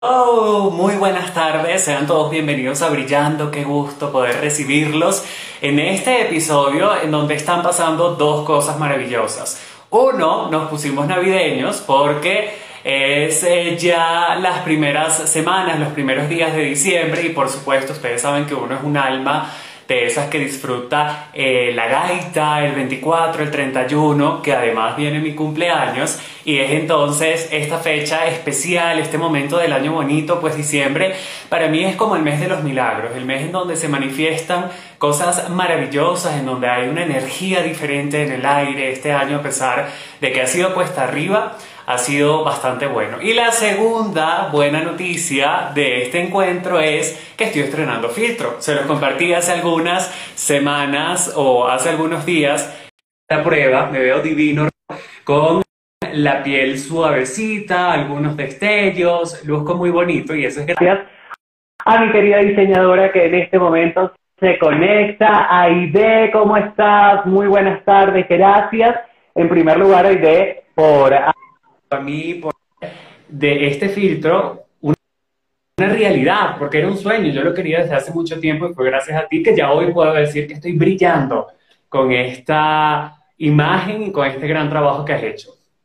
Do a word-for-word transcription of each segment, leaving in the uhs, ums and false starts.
Oh, muy buenas tardes, sean todos bienvenidos a Brillando, qué gusto poder recibirlos en este episodio en donde están pasando dos cosas maravillosas. Uno, nos pusimos navideños porque es eh, ya las primeras semanas, los primeros días de diciembre y por supuesto ustedes saben que uno es un alma de esas que disfruta eh, la gaita, el veinticuatro, el treinta y uno, que además viene mi cumpleaños, y es entonces esta fecha especial, este momento del año bonito, pues diciembre para mí es como el mes de los milagros, el mes en donde se manifiestan cosas maravillosas, en donde hay una energía diferente en el aire. Este año, a pesar de que ha sido cuesta arriba, ha sido bastante bueno. Y la segunda buena noticia de este encuentro es que estoy estrenando filtro. Se los compartí hace algunas semanas o hace algunos días. La prueba, me veo divino con la piel suavecita, algunos destellos, luzco muy bonito y eso es gracias a mi querida diseñadora que en este momento se conecta. Aide, ¿cómo estás? Muy buenas tardes, gracias. En primer lugar, Aide, por a mí por, de este filtro una, una realidad, porque era un sueño, yo lo quería desde hace mucho tiempo y fue gracias a ti que ya hoy puedo decir que estoy brillando con esta imagen y con este gran trabajo que has hecho.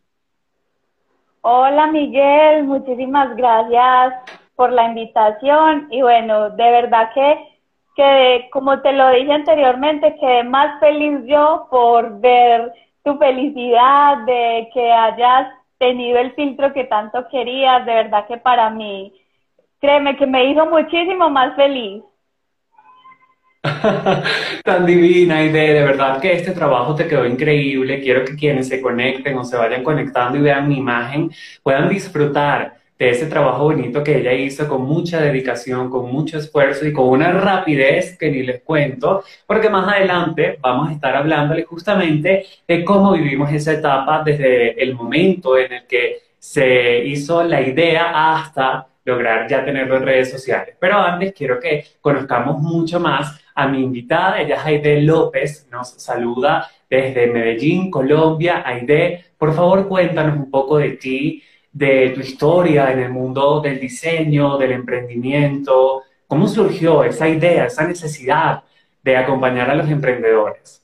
Hola Miguel, muchísimas gracias por la invitación y bueno, de verdad que, que como te lo dije anteriormente, quedé más feliz yo por ver tu felicidad de que hayas tenido el filtro que tanto querías. De verdad que para mí, créeme que me hizo muchísimo más feliz. Tan divina idea, de verdad que este trabajo te quedó increíble. Quiero que quienes se conecten o se vayan conectando y vean mi imagen puedan disfrutar de ese trabajo bonito que ella hizo con mucha dedicación, con mucho esfuerzo y con una rapidez que ni les cuento, porque más adelante vamos a estar hablándoles justamente de cómo vivimos esa etapa desde el momento en el que se hizo la idea hasta lograr ya tenerlo en redes sociales. Pero antes quiero que conozcamos mucho más a mi invitada. Ella es Aide López, nos saluda desde Medellín, Colombia. Aide, por favor cuéntanos un poco de ti, de tu historia en el mundo del diseño, del emprendimiento. ¿Cómo surgió esa idea, esa necesidad de acompañar a los emprendedores?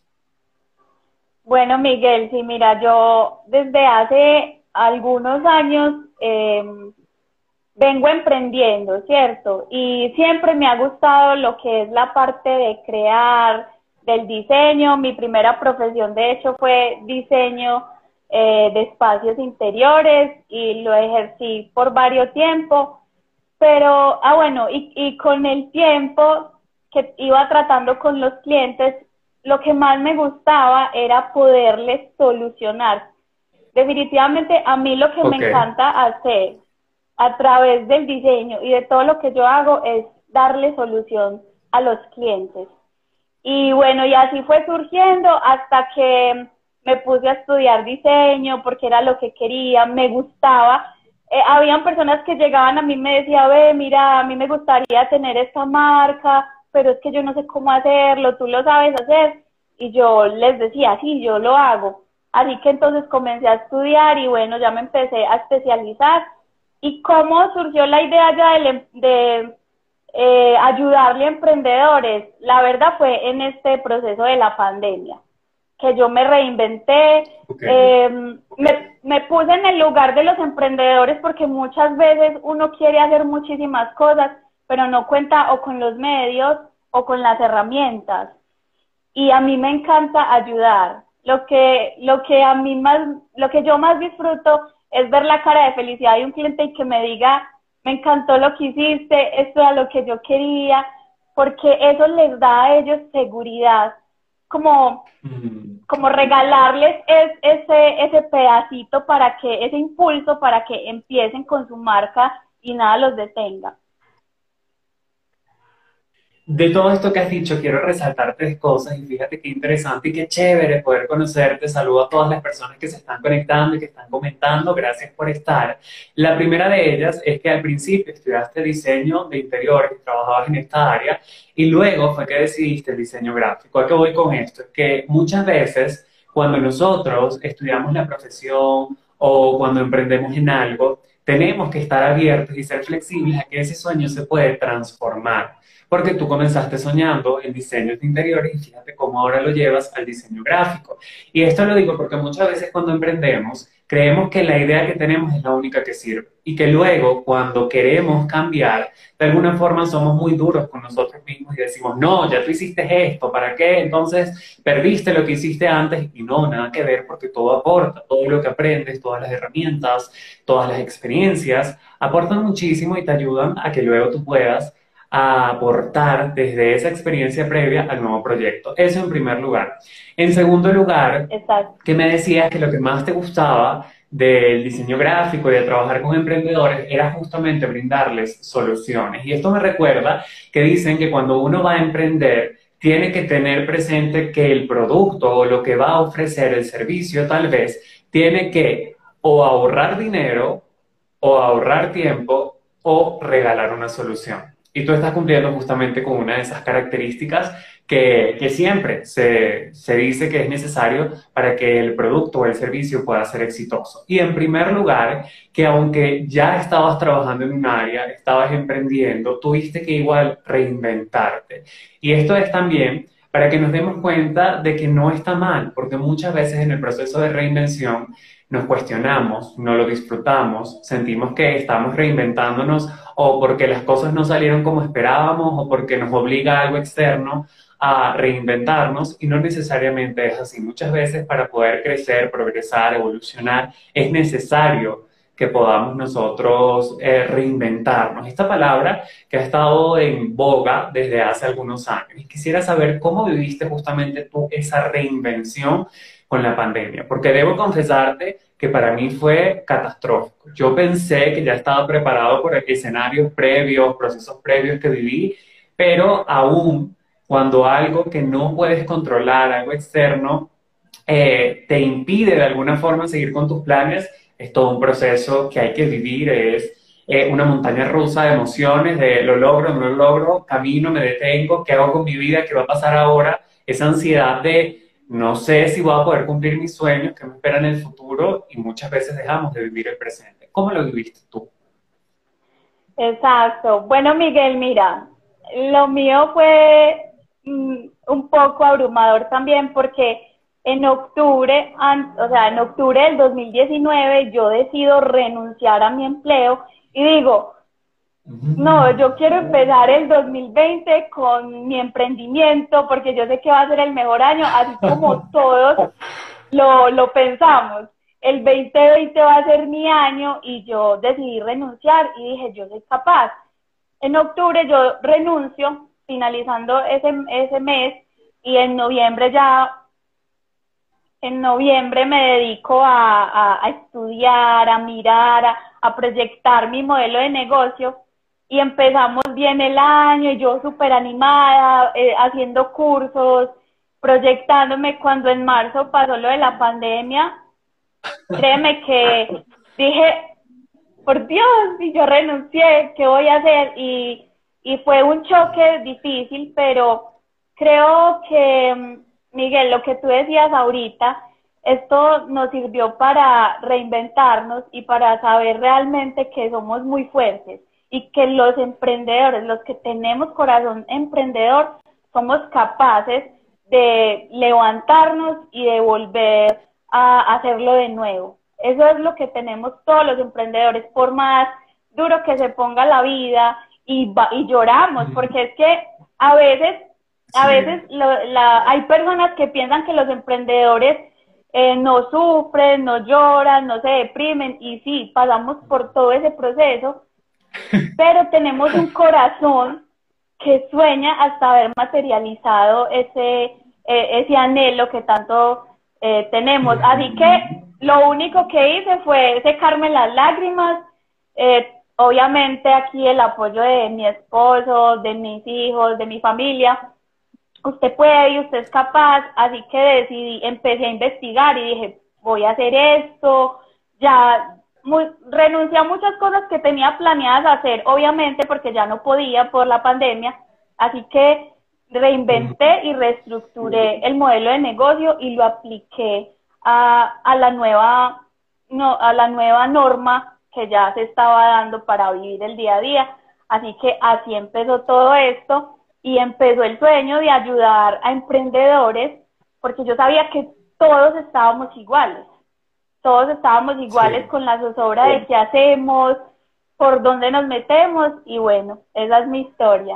Bueno Miguel, sí, mira, yo desde hace algunos años eh, vengo emprendiendo, ¿cierto? Y siempre me ha gustado lo que es la parte de crear, del diseño. Mi primera profesión, de hecho, fue diseño eh, de espacios interiores y lo ejercí por varios tiempos. Pero, ah, bueno, y, y con el tiempo que iba tratando con los clientes, lo que más me gustaba era poderles solucionar. Definitivamente, a mí lo que Ok. me encanta hacer a través del diseño y de todo lo que yo hago es darle solución a los clientes. Y bueno, y así fue surgiendo hasta que me puse a estudiar diseño porque era lo que quería, me gustaba. Eh, habían personas que llegaban a mí y me decían, ve, mira, a mí me gustaría tener esta marca, pero es que yo no sé cómo hacerlo, tú lo sabes hacer. Y yo les decía, sí, yo lo hago. Así que entonces comencé a estudiar y bueno, ya me empecé a especializar. ¿Y cómo surgió la idea ya de, de eh, ayudarle a emprendedores? La verdad fue en este proceso de la pandemia, que yo me reinventé, Okay. eh, me, me puse en el lugar de los emprendedores porque muchas veces uno quiere hacer muchísimas cosas, pero no cuenta o con los medios o con las herramientas. Y a mí me encanta ayudar. Lo que, lo que a mí más, lo que yo más disfruto es ver la cara de felicidad de un cliente y que me diga, me encantó lo que hiciste, esto era lo que yo quería, porque eso les da a ellos seguridad, como, Mm. como regalarles es, ese, ese pedacito para que, ese impulso para que empiecen con su marca y nada los detenga. De todo esto que has dicho, quiero resaltar tres cosas y fíjate qué interesante y qué chévere poder conocerte. Saludo a todas las personas que se están conectando y que están comentando. Gracias por estar. La primera de ellas es que al principio estudiaste diseño de interiores y trabajabas en esta área y luego fue que decidiste el diseño gráfico. ¿A qué voy con esto? Es que muchas veces cuando nosotros estudiamos la profesión o cuando emprendemos en algo, tenemos que estar abiertos y ser flexibles a que ese sueño se puede transformar. Porque tú comenzaste soñando en diseños de interiores y fíjate cómo ahora lo llevas al diseño gráfico. Y esto lo digo porque muchas veces cuando emprendemos, creemos que la idea que tenemos es la única que sirve y que luego cuando queremos cambiar, de alguna forma somos muy duros con nosotros mismos y decimos, no, ya tú hiciste esto, ¿para qué? Entonces perdiste lo que hiciste antes y no, nada que ver porque todo aporta, todo lo que aprendes, todas las herramientas, todas las experiencias, aportan muchísimo y te ayudan a que luego tú puedas a aportar desde esa experiencia previa al nuevo proyecto. Eso en primer lugar. En segundo lugar, Exacto. que me decías que lo que más te gustaba del diseño gráfico y de trabajar con emprendedores era justamente brindarles soluciones. Y esto me recuerda que dicen que cuando uno va a emprender, tiene que tener presente que el producto o lo que va a ofrecer el servicio tal vez tiene que o ahorrar dinero o ahorrar tiempo o regalar una solución. Y tú estás cumpliendo justamente con una de esas características que, que siempre se, se dice que es necesario para que el producto o el servicio pueda ser exitoso. Y en primer lugar, que aunque ya estabas trabajando en un área, estabas emprendiendo, tuviste que igual reinventarte. Y esto es también para que nos demos cuenta de que no está mal, porque muchas veces en el proceso de reinvención nos cuestionamos, no lo disfrutamos, sentimos que estamos reinventándonos o porque las cosas no salieron como esperábamos o porque nos obliga algo externo a reinventarnos y no necesariamente es así. Muchas veces para poder crecer, progresar, evolucionar, es necesario que podamos nosotros eh, reinventarnos. Esta palabra que ha estado en boga desde hace algunos años. Y quisiera saber cómo viviste justamente tú esa reinvención con la pandemia, porque debo confesarte que para mí fue catastrófico. Yo pensé que ya estaba preparado por escenarios previos, procesos previos que viví, pero aún cuando algo que no puedes controlar, algo externo, eh, te impide de alguna forma seguir con tus planes, es todo un proceso que hay que vivir, es eh, una montaña rusa de emociones, de lo logro, no lo logro, camino, me detengo, qué hago con mi vida, qué va a pasar ahora, esa ansiedad de no sé si voy a poder cumplir mis sueños, qué me espera en el futuro y muchas veces dejamos de vivir el presente. ¿Cómo lo viviste tú? Exacto. Bueno, Miguel, mira, lo mío fue mm, un poco abrumador también porque en octubre, an- o sea, en octubre del dos mil diecinueve yo decido renunciar a mi empleo y digo, no, yo quiero empezar el dos mil veinte con mi emprendimiento porque yo sé que va a ser el mejor año, así como todos lo, lo pensamos. El veinte veinte va a ser mi año y yo decidí renunciar y dije, yo soy capaz. En octubre yo renuncio, finalizando ese, ese mes, y en noviembre ya, en noviembre me dedico a, a, a estudiar, a mirar, a, a proyectar mi modelo de negocio y empezamos bien el año y yo súper animada, eh, haciendo cursos, proyectándome. Cuando en marzo pasó lo de la pandemia, créeme que dije, por Dios, y yo renuncié, ¿qué voy a hacer? Y, y fue un choque difícil, pero creo que, Miguel, lo que tú decías ahorita, esto nos sirvió para reinventarnos y para saber realmente que somos muy fuertes y que los emprendedores, los que tenemos corazón emprendedor, somos capaces de levantarnos y de volver a hacerlo de nuevo. Eso es lo que tenemos todos los emprendedores, por más duro que se ponga la vida y, va, y lloramos, porque es que a veces, a Sí. veces lo, la, hay personas que piensan que los emprendedores eh, no sufren, no lloran, no se deprimen, y sí, pasamos por todo ese proceso, pero tenemos un corazón que sueña hasta haber materializado ese, eh, ese anhelo que tanto eh, tenemos. Así que lo único que hice fue secarme las lágrimas, eh, obviamente aquí el apoyo de mi esposo, de mis hijos, de mi familia. Usted puede y usted es capaz, así que decidí, empecé a investigar y dije, voy a hacer esto, ya muy, renuncié a muchas cosas que tenía planeadas hacer, obviamente porque ya no podía por la pandemia, así que reinventé y reestructuré el modelo de negocio y lo apliqué a, a la nueva no, a la nueva norma que ya se estaba dando para vivir el día a día. Así que así empezó todo esto y empezó el sueño de ayudar a emprendedores, porque yo sabía que todos estábamos iguales, todos estábamos iguales Sí. con la zozobra de qué hacemos, por dónde nos metemos, y bueno, esa es mi historia.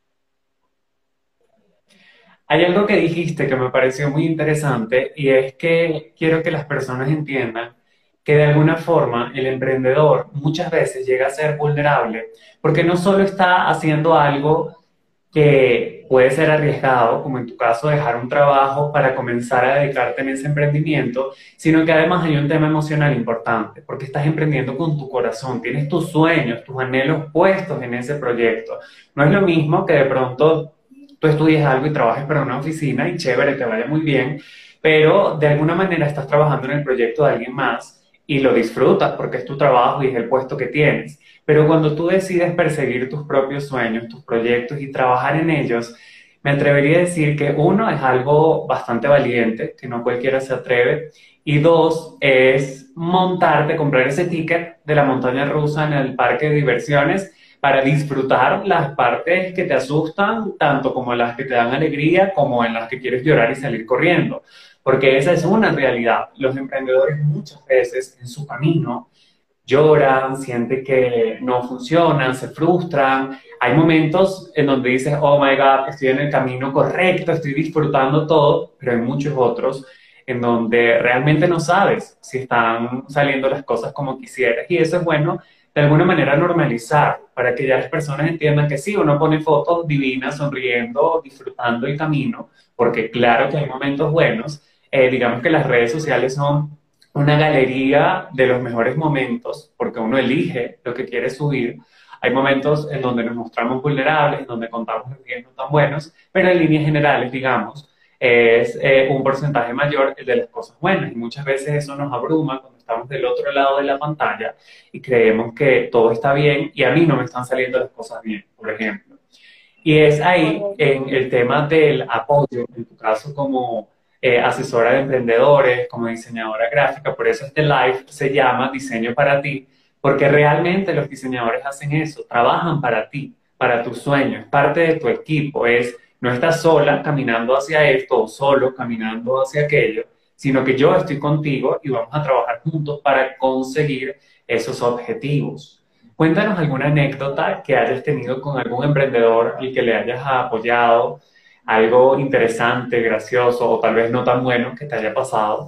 Hay algo que dijiste que me pareció muy interesante y es que quiero que las personas entiendan que de alguna forma el emprendedor muchas veces llega a ser vulnerable porque no solo está haciendo algo que puede ser arriesgado, como en tu caso dejar un trabajo para comenzar a dedicarte en ese emprendimiento, sino que además hay un tema emocional importante porque estás emprendiendo con tu corazón, tienes tus sueños, tus anhelos puestos en ese proyecto. No es lo mismo que de pronto tú estudies algo y trabajes para una oficina y chévere, te vaya muy bien, pero de alguna manera estás trabajando en el proyecto de alguien más y lo disfrutas porque es tu trabajo y es el puesto que tienes. Pero cuando tú decides perseguir tus propios sueños, tus proyectos y trabajar en ellos, me atrevería a decir que uno es algo bastante valiente, que no cualquiera se atreve, y dos es montarte, comprar ese ticket de la montaña rusa en el parque de diversiones para disfrutar las partes que te asustan, tanto como las que te dan alegría, como en las que quieres llorar y salir corriendo. Porque esa es una realidad. Los emprendedores muchas veces en su camino lloran, sienten que no funcionan, se frustran. Hay momentos en donde dices, oh my God, estoy en el camino correcto, estoy disfrutando todo, pero hay muchos otros en donde realmente no sabes si están saliendo las cosas como quisieras. Y eso es bueno de alguna manera normalizar para que ya las personas entiendan que sí, uno pone fotos divinas, sonriendo, disfrutando el camino, porque claro que hay momentos buenos. Eh, digamos que las redes sociales son una galería de los mejores momentos, porque uno elige lo que quiere subir. Hay momentos en donde nos mostramos vulnerables, en donde contamos los días no tan buenos, pero en líneas generales, digamos, es eh, un porcentaje mayor el de las cosas buenas. Y muchas veces eso nos abruma cuando estamos del otro lado de la pantalla y creemos que todo está bien y a mí no me están saliendo las cosas bien, por ejemplo. Y es ahí Correcto. en el tema del apoyo, en tu caso como eh, asesora de emprendedores, como diseñadora gráfica, por eso este live se llama Diseño para ti, porque realmente los diseñadores hacen eso, trabajan para ti, para tus sueños, parte de tu equipo, es no estás sola caminando hacia esto o solo caminando hacia aquello, sino que yo estoy contigo y vamos a trabajar juntos para conseguir esos objetivos. Cuéntanos alguna anécdota que hayas tenido con algún emprendedor al que le hayas apoyado, algo interesante, gracioso o tal vez no tan bueno que te haya pasado.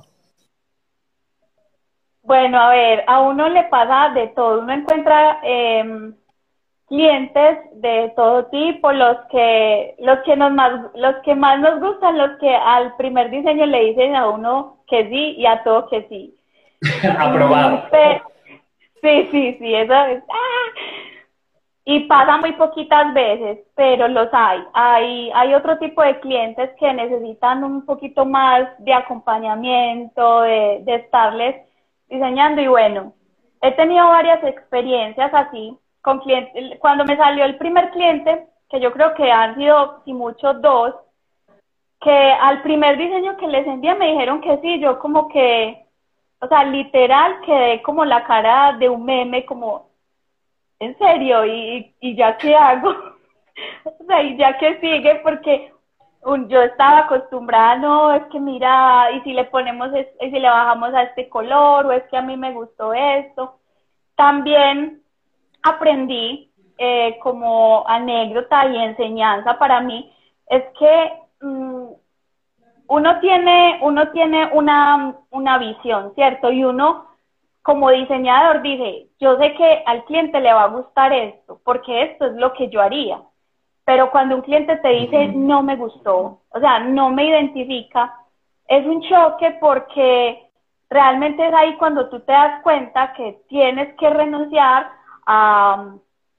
Bueno, a ver, a uno le pasa de todo, uno encuentra eh, clientes de todo tipo, los que, los que nos más, los que más nos gustan, los que al primer diseño le dicen a uno que sí y a todo que sí. Mm, Aprobado. pe- sí, sí, sí, eso es. ¡Ah! Y pasa muy poquitas veces, pero los hay. Hay, hay otro tipo de clientes que necesitan un poquito más de acompañamiento, de, de estarles diseñando. Y bueno, he tenido varias experiencias así con clientes. Cuando me salió el primer cliente, que yo creo que han sido, si mucho, dos, que al primer diseño que les envié me dijeron que sí, yo como que, o sea, literal quedé como la cara de un meme, como en serio, y, y ya qué hago, o sea, y ya qué sigue, porque un, yo estaba acostumbrada, no, es que mira, y si le ponemos, es, y si le bajamos a este color, o es que a mí me gustó esto. También aprendí eh, como anécdota y enseñanza para mí, es que mmm, uno tiene, uno tiene una, una visión, ¿cierto? Y uno como diseñador dice, yo sé que al cliente le va a gustar esto, porque esto es lo que yo haría. Pero cuando un cliente te dice, Ujú. no me gustó, o sea, no me identifica, es un choque porque realmente es ahí cuando tú te das cuenta que tienes que renunciar a,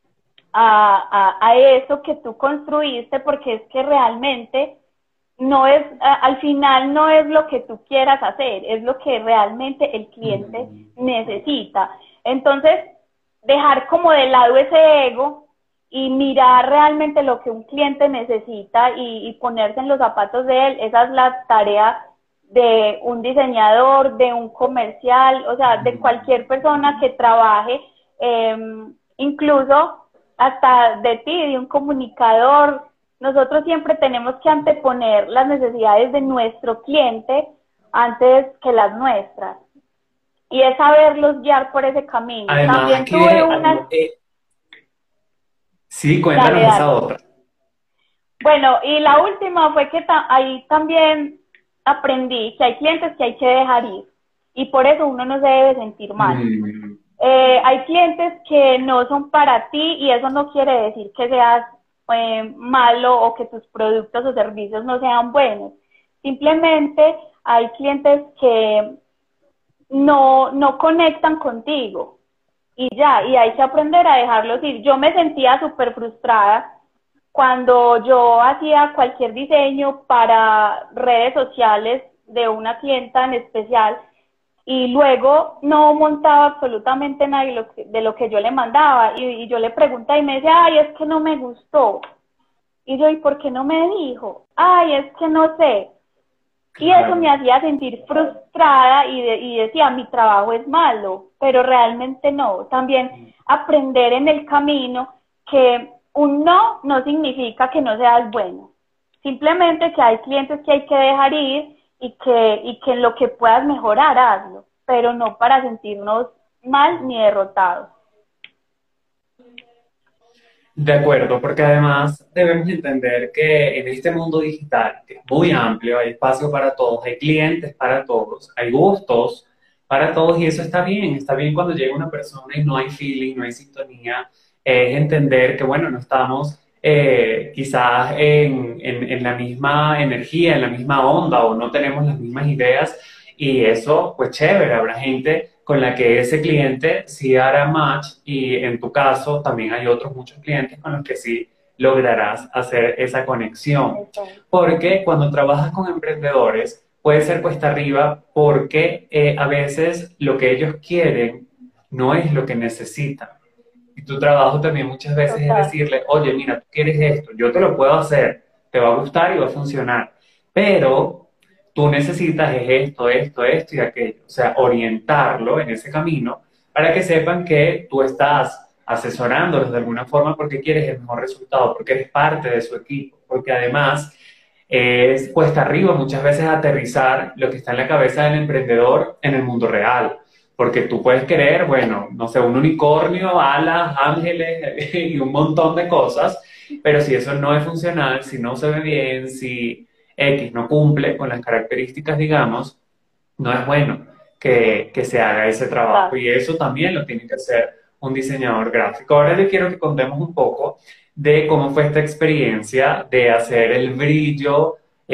a, a, a eso que tú construiste, porque es que realmente no es, al final no es lo que tú quieras hacer, es lo que realmente el cliente Ujú. necesita. Entonces, dejar como de lado ese ego y mirar realmente lo que un cliente necesita y, y ponerse en los zapatos de él, esa es la tarea de un diseñador, de un comercial, o sea, de Ujú. cualquier persona que trabaje eh, incluso hasta de ti, de un comunicador. Nosotros siempre tenemos que anteponer las necesidades de nuestro cliente antes que las nuestras. Y es saberlos guiar por ese camino. Además También que, tuve una... eh, sí, cuéntanos Dale, esa dale. otra. Bueno, y la última fue que ta- ahí también aprendí que hay clientes que hay que dejar ir. Y por eso uno no se debe sentir mal. Mm, Eh, hay clientes que no son para ti y eso no quiere decir que seas eh, malo o que tus productos o servicios no sean buenos. Simplemente hay clientes que no, no conectan contigo y ya, y hay que aprender a dejarlos ir. Yo me sentía súper frustrada cuando yo hacía cualquier diseño para redes sociales de una clienta en especial y luego no montaba absolutamente nada de lo que, de lo que yo le mandaba y, y yo le preguntaba y me decía, ay, es que no me gustó. Y yo, ¿y por qué no me dijo? Ay, es que no sé. Y eso me claro. hacía sentir frustrada y, de, y decía, mi trabajo es malo, pero realmente no. También aprender en el camino que un no no significa que no seas bueno. Simplemente que hay clientes que hay que dejar ir y que, y que en lo que puedas mejorar, hazlo, pero no para sentirnos mal ni derrotados. De acuerdo, porque además debemos entender que en este mundo digital, que es muy amplio, hay espacio para todos, hay clientes para todos, hay gustos para todos y eso está bien, está bien cuando llega una persona y no hay feeling, no hay sintonía, es entender que bueno, no estamos eh, quizás en, en, en la misma energía, en la misma onda o no tenemos las mismas ideas y eso pues chévere, habrá gente con la que ese cliente sí hará match y en tu caso también hay otros muchos clientes con los que sí lograrás hacer esa conexión. Eso. Porque cuando trabajas con emprendedores puede ser cuesta arriba porque eh, a veces lo que ellos quieren no es lo que necesitan. Y tu trabajo también muchas veces es Total. decirle, oye, mira, tú quieres esto, yo te lo puedo hacer, te va a gustar y va a funcionar, pero tú necesitas es esto, esto, esto y aquello. O sea, orientarlo en ese camino para que sepan que tú estás asesorándolos de alguna forma porque quieres el mejor resultado, porque eres parte de su equipo, porque además es cuesta arriba muchas veces aterrizar lo que está en la cabeza del emprendedor en el mundo real. Porque tú puedes querer, bueno, no sé, un unicornio, alas, ángeles y un montón de cosas, pero si eso no es funcional, si no se ve bien, si X no cumple con las características, digamos, no es bueno que, que se haga ese trabajo. Total. Y eso también lo tiene que hacer un diseñador gráfico. Ahora le quiero que contemos un poco de cómo fue esta experiencia de hacer el brillo,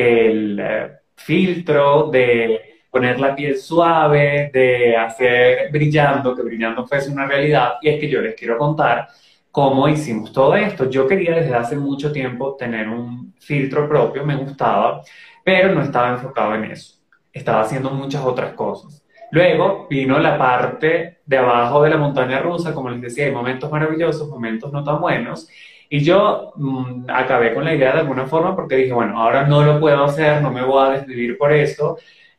el eh, filtro, de poner la piel suave, de hacer brillando, que brillando fuese una realidad. Y es que yo les quiero contar cómo hicimos todo esto. Yo quería desde hace mucho tiempo tener un filtro propio, me gustaba, pero no estaba enfocado en eso. Estaba haciendo muchas otras cosas. Luego vino la parte de abajo de la montaña rusa, como les decía, hay momentos maravillosos, momentos no tan buenos. Y yo mmm, acabé con la idea de alguna forma porque dije, bueno, ahora no lo puedo hacer, no me voy a desvivir por eso.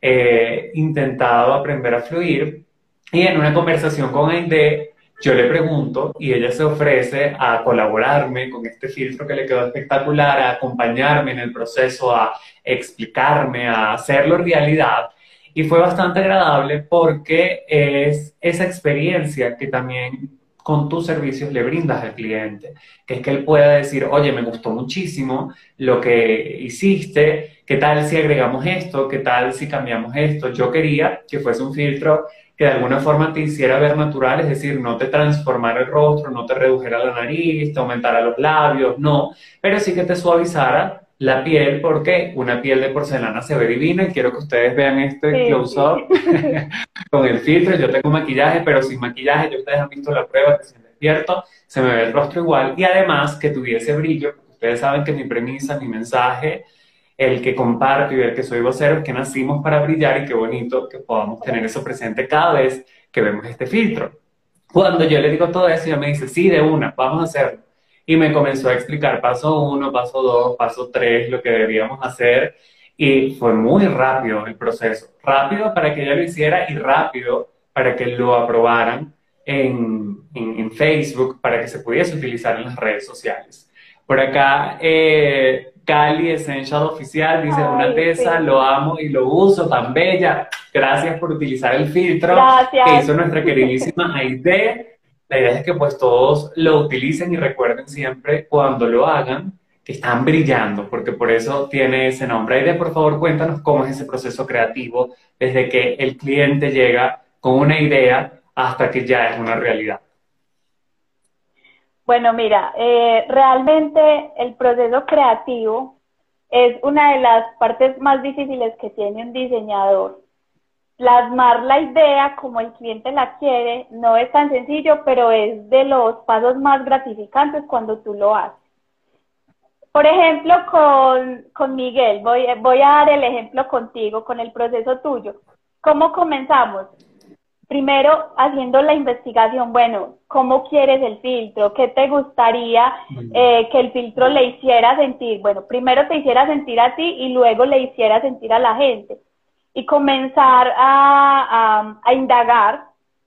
He intentado aprender a fluir y en una conversación con Aide, yo le pregunto y ella se ofrece a colaborarme con este filtro que le quedó espectacular, a acompañarme en el proceso, a explicarme, a hacerlo realidad. Y fue bastante agradable porque es esa experiencia que también con tus servicios le brindas al cliente, que es que él pueda decir, oye, me gustó muchísimo lo que hiciste, ¿qué tal si agregamos esto? ¿Qué tal si cambiamos esto? Yo quería que fuese un filtro que de alguna forma te hiciera ver natural, es decir, no te transformara el rostro, no te redujera la nariz, te aumentara los labios, no, pero sí que te suavizara la piel porque una piel de porcelana se ve divina y quiero que ustedes vean este Sí, close-up sí. con el filtro. Yo tengo maquillaje, pero sin maquillaje, ya ustedes han visto la prueba que se despierto, se me ve el rostro igual y además que tuviese brillo, porque ustedes saben que mi premisa, mi mensaje, el que comparto y el que soy vocero es que nacimos para brillar y qué bonito que podamos tener eso presente cada vez que vemos este filtro. Cuando yo le digo todo eso, ella me dice, sí, de una, vamos a hacerlo. Y me comenzó a explicar paso uno, paso dos, paso tres, lo que debíamos hacer. Y fue muy rápido el proceso. Rápido para que ella lo hiciera y rápido para que lo aprobaran en, en, en Facebook para que se pudiese utilizar en las redes sociales. Por acá, eh, Cali Essential Oficial dice, una Ay, tesa, sí. lo amo y lo uso, tan bella. Gracias por utilizar el filtro que Gracias. hizo nuestra queridísima Aide. La idea es que pues todos lo utilicen y recuerden siempre cuando lo hagan que están brillando, porque por eso tiene ese nombre. Aide, por favor, cuéntanos cómo es ese proceso creativo desde que el cliente llega con una idea hasta que ya es una realidad. Bueno, mira, eh, realmente el proceso creativo es una de las partes más difíciles que tiene un diseñador. Plasmar la idea como el cliente la quiere no es tan sencillo, pero es de los pasos más gratificantes cuando tú lo haces. Por ejemplo, con, con Miguel, voy, voy a dar el ejemplo contigo, con el proceso tuyo. ¿Cómo comenzamos? Primero, haciendo la investigación, bueno, ¿cómo quieres el filtro? ¿Qué te gustaría eh, que el filtro le hiciera sentir? Bueno, primero te hiciera sentir a ti y luego le hiciera sentir a la gente. Y comenzar a, a, a indagar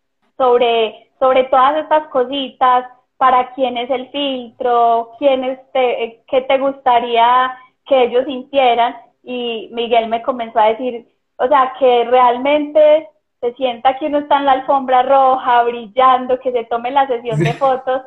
sobre, sobre todas estas cositas, para quién es el filtro, quién es te, qué te gustaría que ellos sintieran. Y Miguel me comenzó a decir, o sea, que realmente se sienta que uno está en la alfombra roja, brillando, que se tome la sesión de fotos.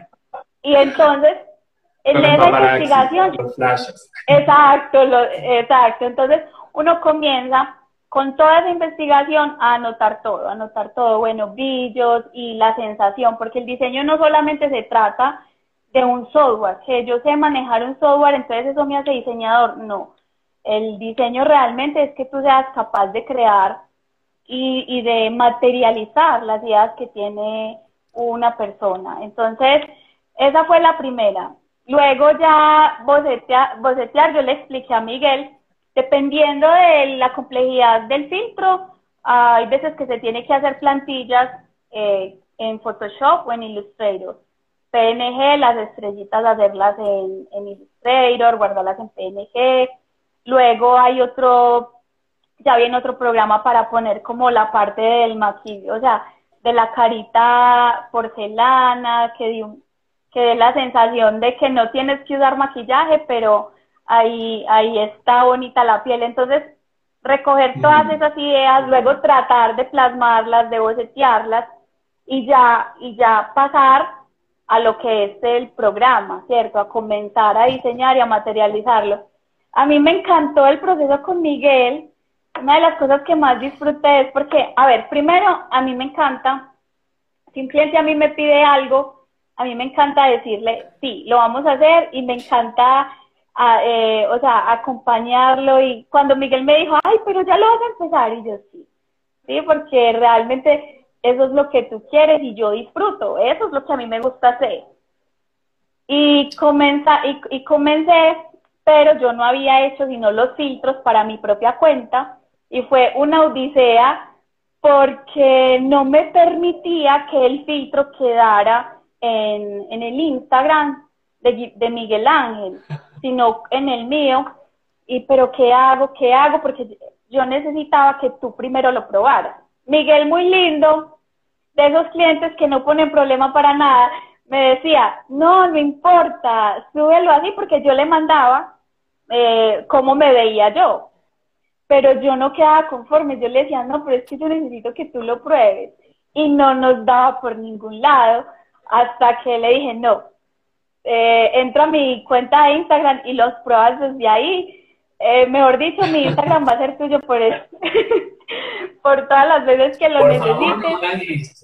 Y entonces, en esa investigación, los flashes. Exacto, lo, exacto. Entonces, uno comienza con toda esa investigación a anotar todo, a anotar todo, bueno, brillos y la sensación, porque el diseño no solamente se trata de un software, que yo sé manejar un software, entonces eso me hace diseñador. No, el diseño realmente es que tú seas capaz de crear y, y de materializar las ideas que tiene una persona. Entonces, esa fue la primera. Luego ya bocetear, bocetear, yo le expliqué a Miguel, dependiendo de la complejidad del filtro, hay veces que se tiene que hacer plantillas eh, en Photoshop o en Illustrator. P N G, las estrellitas, hacerlas en, en Illustrator, guardarlas en P N G. Luego hay otro, ya viene otro programa para poner como la parte del maquillaje, o sea, de la carita porcelana, que dé un, que dé la sensación de que no tienes que usar maquillaje, pero ahí, ahí está bonita la piel. Entonces, recoger todas esas ideas, luego tratar de plasmarlas, de bocetearlas, y ya, y ya pasar a lo que es el programa, ¿cierto? A comenzar a diseñar y a materializarlo. A mí me encantó el proceso con Miguel. Una de las cosas que más disfruté es porque, a ver, primero, a mí me encanta, si un cliente a mí me pide algo, a mí me encanta decirle, sí, lo vamos a hacer, y me encanta, a, eh, o sea, acompañarlo. Y cuando Miguel me dijo, ay, pero ya lo vas a empezar, y yo sí, sí, porque realmente eso es lo que tú quieres y yo disfruto, eso es lo que a mí me gusta hacer. Y, comenza, y, y comencé, pero yo no había hecho sino los filtros para mi propia cuenta, y fue una odisea porque no me permitía que el filtro quedara en, en el Instagram de, de Miguel Ángel, sino en el mío. Y pero ¿qué hago? ¿Qué hago? Porque yo necesitaba que tú primero lo probaras. Miguel, muy lindo, de esos clientes que no ponen problema para nada, me decía, no, no importa, súbelo así, porque yo le mandaba eh, cómo me veía yo. Pero yo no quedaba conforme, yo le decía, no, pero es que yo necesito que tú lo pruebes. Y no nos daba por ningún lado, hasta que le dije, no, eh, entra a mi cuenta de Instagram y los pruebas desde ahí. Eh, mejor dicho, mi Instagram va a ser tuyo por eso. Por todas las veces que lo Por necesites. favor, no hagan esto.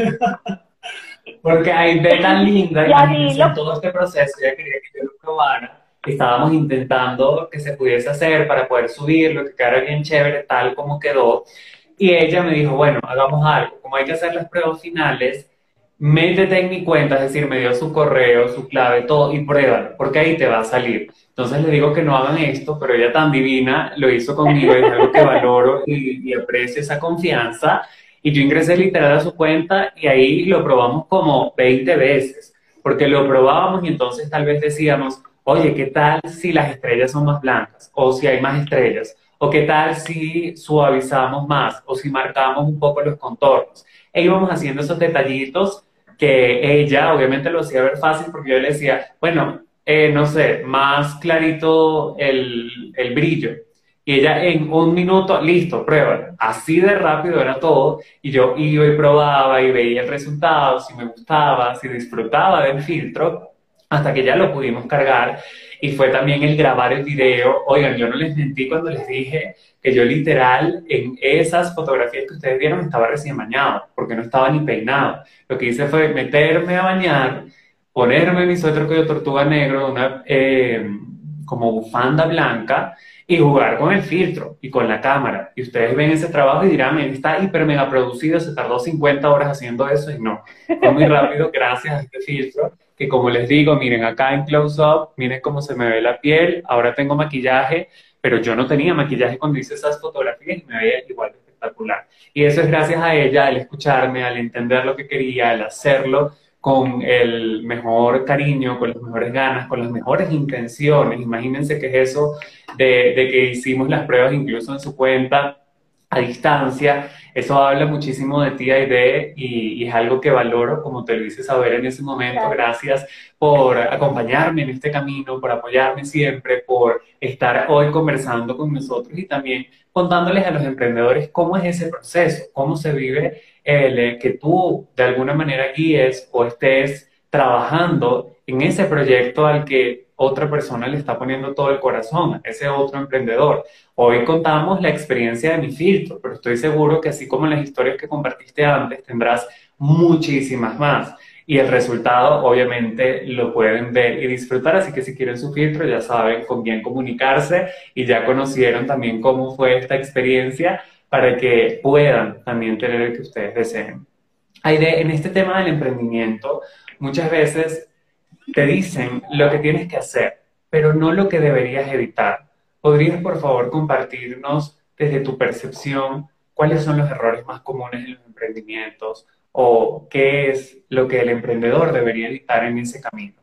Porque ahí ve tan linda, Y imagínense lo... en todo este proceso, ella quería que yo lo probara. Estábamos intentando que se pudiese hacer para poder subirlo, que quedara bien chévere, tal como quedó. Y ella me dijo, bueno, hagamos algo. Como hay que hacer las pruebas finales, métete en mi cuenta, es decir, me dio su correo, su clave, todo, y pruébalo, porque ahí te va a salir. Entonces le digo que no hagan esto, pero ella tan divina lo hizo conmigo, es algo que valoro y, y aprecio esa confianza. Y yo ingresé literal a su cuenta y ahí lo probamos como veinte veces, porque lo probábamos y entonces tal vez decíamos, oye, ¿qué tal si las estrellas son más blancas? O si hay más estrellas. ¿O qué tal si suavizamos más? O si marcamos un poco los contornos. e íbamos haciendo esos detallitos que ella obviamente lo hacía ver fácil porque yo le decía, bueno, eh, no sé, más clarito el, el brillo. Y ella en un minuto, listo, prueba. Así de rápido era todo. Y yo iba y probaba y veía el resultado, si me gustaba, si disfrutaba del filtro, hasta que ya lo pudimos cargar. Y fue también el grabar el video. Oigan, yo no les mentí cuando les dije que yo literal en esas fotografías que ustedes vieron estaba recién bañado, porque no estaba ni peinado. Lo que hice fue meterme a bañar, ponerme mi suéter cuello tortuga negro, una eh, como bufanda blanca, y jugar con el filtro y con la cámara. Y ustedes ven ese trabajo y dirán, él está hiper mega producido, se tardó cincuenta horas haciendo eso, y no, fue muy rápido gracias a este filtro, que como les digo, miren acá en close up, miren cómo se me ve la piel, ahora tengo maquillaje, pero yo no tenía maquillaje cuando hice esas fotografías y me veía igual de espectacular. Y eso es gracias a ella, al escucharme, al entender lo que quería, al hacerlo con el mejor cariño, con las mejores ganas, con las mejores intenciones. Imagínense que es eso de, de que hicimos las pruebas incluso en su cuenta a distancia. Eso habla muchísimo de ti, Aide, y, y es algo que valoro, como te lo hice saber en ese momento. Claro. Gracias por acompañarme en este camino, por apoyarme siempre, por estar hoy conversando con nosotros y también contándoles a los emprendedores cómo es ese proceso, cómo se vive el eh, que tú de alguna manera guíes o estés trabajando en ese proyecto al que otra persona le está poniendo todo el corazón, a ese otro emprendedor. Hoy contamos la experiencia de mi filtro, pero estoy seguro que así como las historias que compartiste antes, tendrás muchísimas más. Y el resultado, obviamente, lo pueden ver y disfrutar. Así que si quieren su filtro, ya saben con quién comunicarse y ya conocieron también cómo fue esta experiencia para que puedan también tener el que ustedes deseen. Aide, en este tema del emprendimiento, muchas veces te dicen lo que tienes que hacer, pero no lo que deberías evitar. ¿Podrías, por favor, compartirnos desde tu percepción cuáles son los errores más comunes en los emprendimientos o qué es lo que el emprendedor debería evitar en ese camino?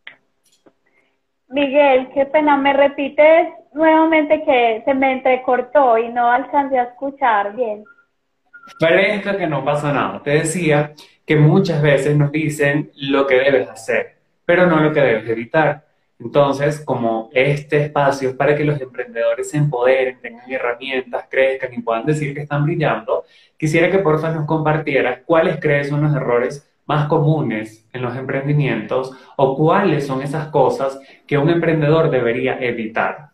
Miguel, qué pena, me repites nuevamente que se me entrecortó y no alcancé a escuchar bien. Parezca que no pasa nada. Te decía que muchas veces nos dicen lo que debes hacer, pero no lo que debes evitar. Entonces, como este espacio es para que los emprendedores se empoderen, tengan herramientas, crezcan y puedan decir que están brillando, quisiera que porfa nos compartieras cuáles crees son los errores más comunes en los emprendimientos o cuáles son esas cosas que un emprendedor debería evitar.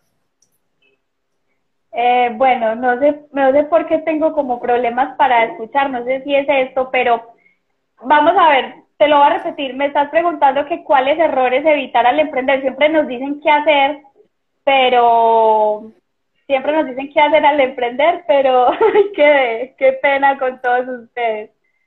Eh, bueno, no sé, no sé por qué tengo como problemas para escuchar, no sé si es esto, pero vamos a ver, te lo voy a repetir, me estás preguntando que cuáles errores evitar al emprender. Siempre nos dicen qué hacer, pero siempre nos dicen qué hacer al emprender, pero qué, qué pena con todos ustedes.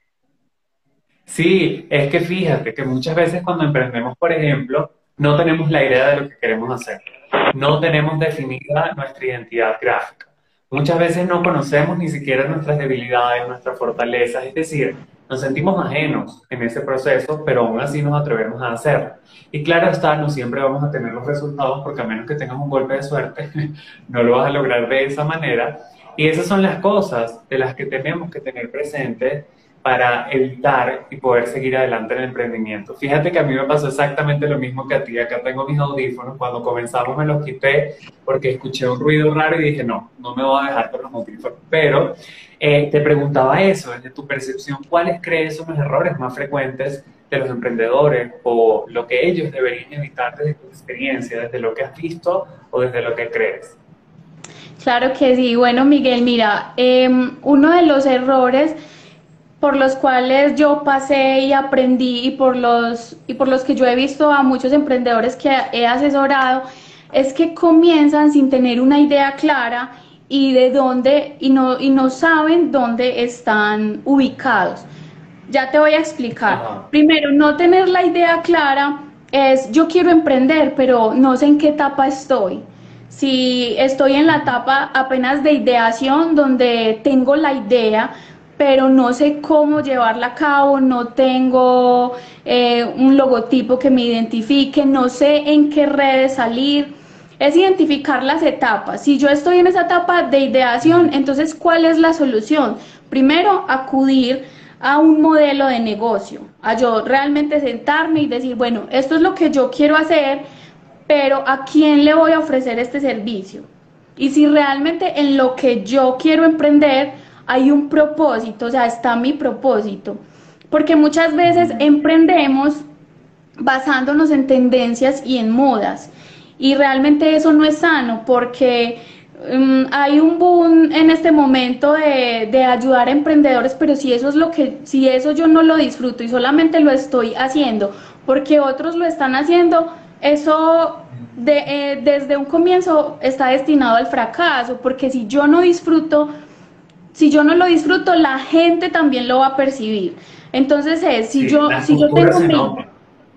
Sí, es que fíjate que muchas veces cuando emprendemos, por ejemplo, no tenemos la idea de lo que queremos hacer. No tenemos definida nuestra identidad gráfica. Muchas veces no conocemos ni siquiera nuestras debilidades, nuestras fortalezas, es decir, nos sentimos ajenos en ese proceso, pero aún así nos atrevemos a hacerlo. Y claro está, no siempre vamos a tener los resultados porque a menos que tengas un golpe de suerte, no lo vas a lograr de esa manera. Y esas son las cosas de las que tenemos que tener presentes para evitar y poder seguir adelante en el emprendimiento. Fíjate que a mí me pasó exactamente lo mismo que a ti. Acá tengo mis audífonos. Cuando comenzamos me los quité porque escuché un ruido raro y dije, no, no me voy a dejar con los audífonos. Pero eh, te preguntaba eso, desde tu percepción, ¿cuáles crees son los errores más frecuentes de los emprendedores o lo que ellos deberían evitar desde tu experiencia, desde lo que has visto o desde lo que crees? Claro que sí. Bueno, Miguel, mira, eh, uno de los errores por los cuales yo pasé y aprendí y por los, y por los que yo he visto a muchos emprendedores que he asesorado, es que comienzan sin tener una idea clara y de dónde, y no, y no saben dónde están ubicados. Ya te voy a explicar. Ajá. Primero, no tener la idea clara es yo quiero emprender, pero no sé en qué etapa estoy. Si estoy en la etapa apenas de ideación, donde tengo la idea, pero no sé cómo llevarla a cabo, no tengo eh, un logotipo que me identifique, no sé en qué redes salir. Es identificar las etapas. Si yo estoy en esa etapa de ideación, entonces, ¿cuál es la solución? Primero, acudir a un modelo de negocio, a yo realmente sentarme y decir, bueno, esto es lo que yo quiero hacer, pero ¿a quién le voy a ofrecer este servicio? Y si realmente en lo que yo quiero emprender hay un propósito, o sea, está mi propósito. Porque muchas veces emprendemos basándonos en tendencias y en modas. Y realmente eso no es sano porque um, hay un boom en este momento de, de ayudar a emprendedores, pero si eso es lo que, si eso yo no lo disfruto y solamente lo estoy haciendo porque otros lo están haciendo, eso de, eh, desde un comienzo está destinado al fracaso, porque si yo no disfruto, si yo no lo disfruto, la gente también lo va a percibir. Entonces es, si Sí, yo, la si yo estructura tengo se mi, nota.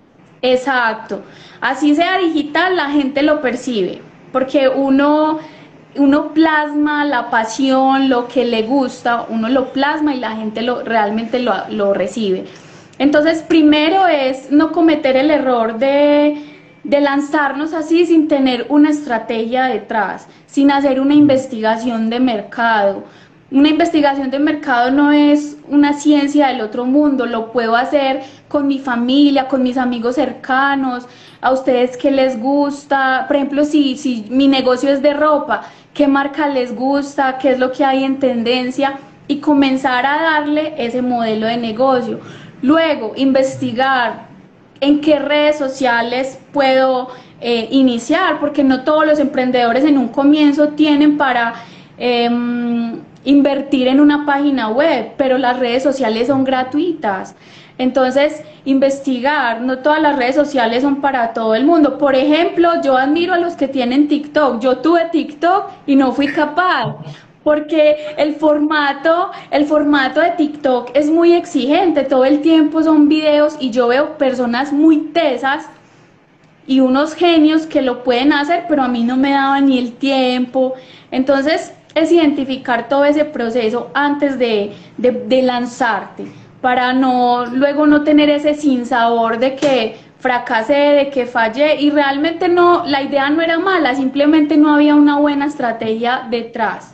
exacto, así sea digital, la gente lo percibe, porque uno, uno plasma la pasión, lo que le gusta, uno lo plasma y la gente lo, realmente lo, lo recibe. Entonces, primero es no cometer el error de, de lanzarnos así sin tener una estrategia detrás, sin hacer una investigación de mercado. Una investigación de mercado no es una ciencia del otro mundo, lo puedo hacer con mi familia, con mis amigos cercanos, a ustedes qué les gusta, por ejemplo, si, si mi negocio es de ropa, qué marca les gusta, qué es lo que hay en tendencia y comenzar a darle ese modelo de negocio. Luego, investigar en qué redes sociales puedo eh, iniciar, porque no todos los emprendedores en un comienzo tienen para eh, invertir en una página web, pero las redes sociales son gratuitas. Entonces, investigar, no todas las redes sociales son para todo el mundo. Por ejemplo, yo admiro a los que tienen TikTok. Yo tuve TikTok y no fui capaz, porque el formato, el formato de TikTok es muy exigente, todo el tiempo son videos y yo veo personas muy tesas y unos genios que lo pueden hacer, pero a mí no me daba ni el tiempo. Entonces, es identificar todo ese proceso antes de, de, de lanzarte, para no luego no tener ese sinsabor de que fracasé, de que fallé, y realmente no, la idea no era mala, simplemente no había una buena estrategia detrás.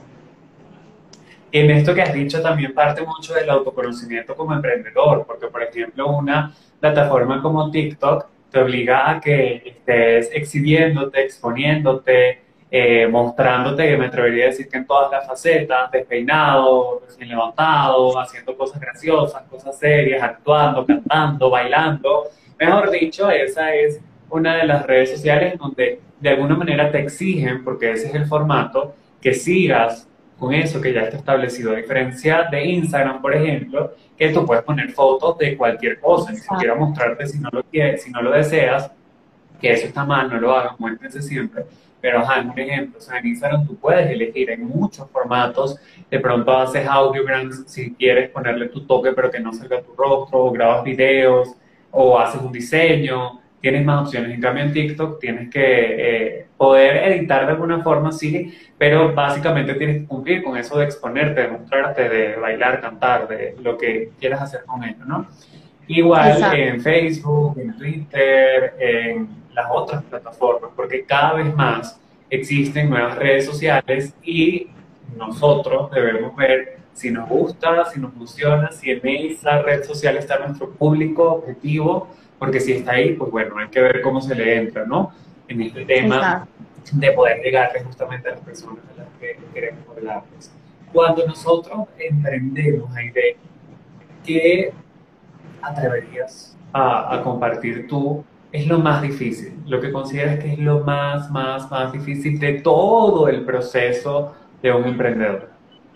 En esto que has dicho también parte mucho del autoconocimiento como emprendedor, porque por ejemplo una plataforma como TikTok te obliga a que estés exhibiéndote, exponiéndote, eh, mostrándote, me atrevería a decir que en todas las facetas, despeinado, recién levantado, haciendo cosas graciosas, cosas serias, actuando, cantando, bailando. Mejor dicho, esa es una de las redes sociales donde de alguna manera te exigen, porque ese es el formato, que sigas con eso que ya está establecido, a diferencia de Instagram, por ejemplo, que tú puedes poner fotos de cualquier cosa, ni siquiera mostrarte si no lo quieres, si no lo deseas, que eso está mal, no lo hagas, muéstrense siempre. Pero, ajá, un ejemplo, o sea, en Instagram tú puedes elegir en muchos formatos, de pronto haces audiograms si quieres ponerle tu toque pero que no salga tu rostro, o grabas videos, o haces un diseño, tienes más opciones. En cambio en TikTok tienes que eh, poder editar de alguna forma, sí, pero básicamente tienes que cumplir con eso de exponerte, de mostrarte, de bailar, cantar, de lo que quieras hacer con ello, ¿no? Igual Exacto. en Facebook, en Twitter, en las otras plataformas, porque cada vez más existen nuevas redes sociales y nosotros debemos ver si nos gusta, si nos funciona, si en esa red social está nuestro público objetivo, porque si está ahí, pues bueno, hay que ver cómo se le entra, ¿no? En este tema Exacto. de poder llegarle justamente a las personas a las que queremos hablarles. Cuando nosotros emprendemos, Aide, ¿qué atreverías a, a compartir tú? Es lo más difícil, lo que consideras que es lo más, más, más difícil de todo el proceso de un emprendedor.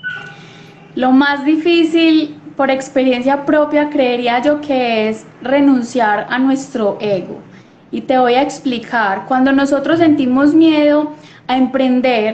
Lo más difícil, por experiencia propia, creería yo que es renunciar a nuestro ego. Y te voy a explicar. Cuando nosotros sentimos miedo a emprender,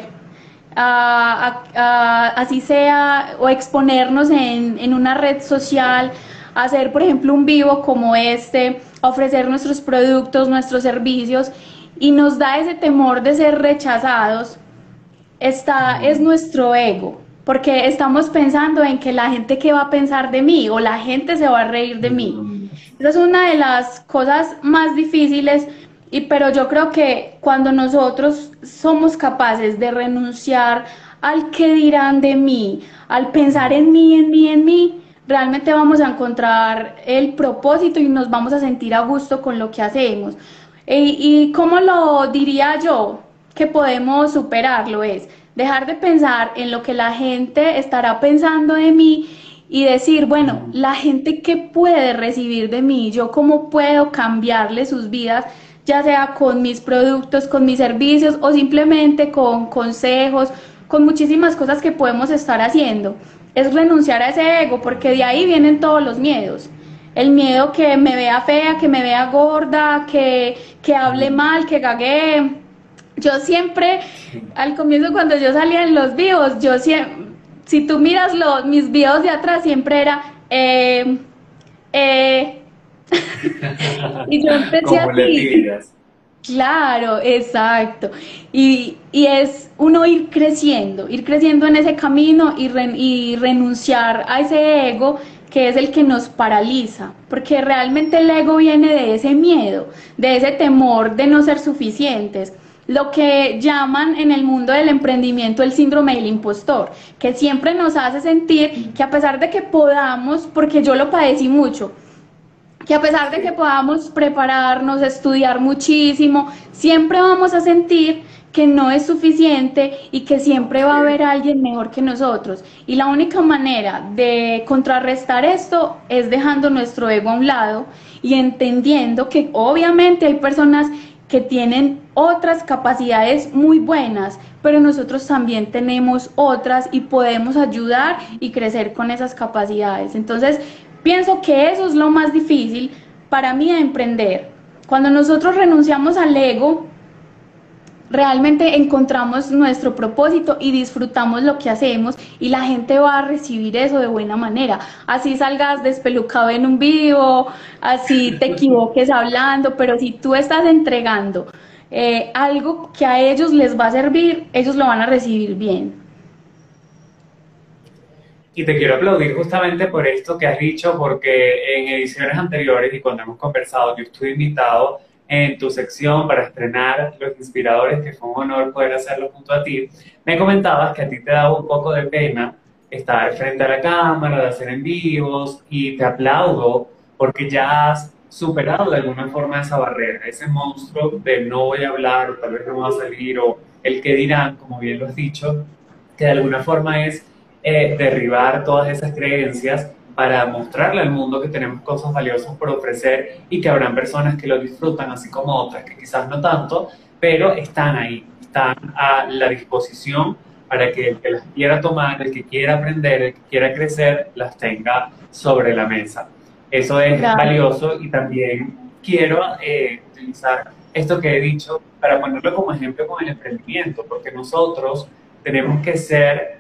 a, a, a, así sea, o exponernos en, en una red social, a hacer, por ejemplo, un vivo como este, a ofrecer nuestros productos, nuestros servicios, y nos da ese temor de ser rechazados, está, es nuestro ego, porque estamos pensando en que la gente qué va a pensar de mí o la gente se va a reír de mí. Esa es una de las cosas más difíciles, y, pero yo creo que cuando nosotros somos capaces de renunciar al qué dirán de mí, al pensar en mí, en mí, en mí, realmente vamos a encontrar el propósito y nos vamos a sentir a gusto con lo que hacemos. ¿Y, y cómo lo diría yo que podemos superarlo? Es dejar de pensar en lo que la gente estará pensando de mí y decir, bueno, la gente qué puede recibir de mí, yo cómo puedo cambiarle sus vidas, ya sea con mis productos, con mis servicios o simplemente con consejos, con muchísimas cosas que podemos estar haciendo. Es renunciar a ese ego, porque de ahí vienen todos los miedos. El miedo que me vea fea, que me vea gorda, que, que hable mal, que gaguee. Yo siempre, al comienzo cuando yo salía en los vivos, yo siempre, si tú miras los, mis videos de atrás, siempre era, eh, eh, y yo empecé Como le así. pidas. Claro, exacto. Y, y es uno ir creciendo, ir creciendo en ese camino y, re- y renunciar a ese ego que es el que nos paraliza, porque realmente el ego viene de ese miedo, de ese temor de no ser suficientes, lo que llaman en el mundo del emprendimiento el síndrome del impostor, que siempre nos hace sentir que a pesar de que podamos, porque yo lo padecí mucho, que a pesar de que podamos prepararnos, estudiar muchísimo, siempre vamos a sentir que no es suficiente y que siempre va a haber alguien mejor que nosotros. Y la única manera de contrarrestar esto es dejando nuestro ego a un lado y entendiendo que obviamente hay personas que tienen otras capacidades muy buenas, pero nosotros también tenemos otras y podemos ayudar y crecer con esas capacidades. Entonces, pienso que eso es lo más difícil para mí de emprender. Cuando nosotros renunciamos al ego, realmente encontramos nuestro propósito y disfrutamos lo que hacemos y la gente va a recibir eso de buena manera. Así salgas despelucado en un vivo, así te equivoques hablando, pero si tú estás entregando eh, algo que a ellos les va a servir, ellos lo van a recibir bien. Y te quiero aplaudir justamente por esto que has dicho, porque en ediciones anteriores y cuando hemos conversado, yo estuve invitado en tu sección para estrenar Los Inspiradores, que fue un honor poder hacerlo junto a ti. Me comentabas que a ti te daba un poco de pena estar frente a la cámara, de hacer en vivos, y te aplaudo porque ya has superado de alguna forma esa barrera, ese monstruo de no voy a hablar, o tal vez no va a salir, o el que dirán, como bien lo has dicho, que de alguna forma es eh, derribar todas esas creencias para mostrarle al mundo que tenemos cosas valiosas por ofrecer y que habrán personas que lo disfrutan, así como otras que quizás no tanto, pero están ahí, están a la disposición para que el que las quiera tomar, el que quiera aprender, el que quiera crecer, las tenga sobre la mesa. Eso es Claro. valioso y también quiero eh, utilizar esto que he dicho para ponerlo como ejemplo con el emprendimiento, porque nosotros tenemos que ser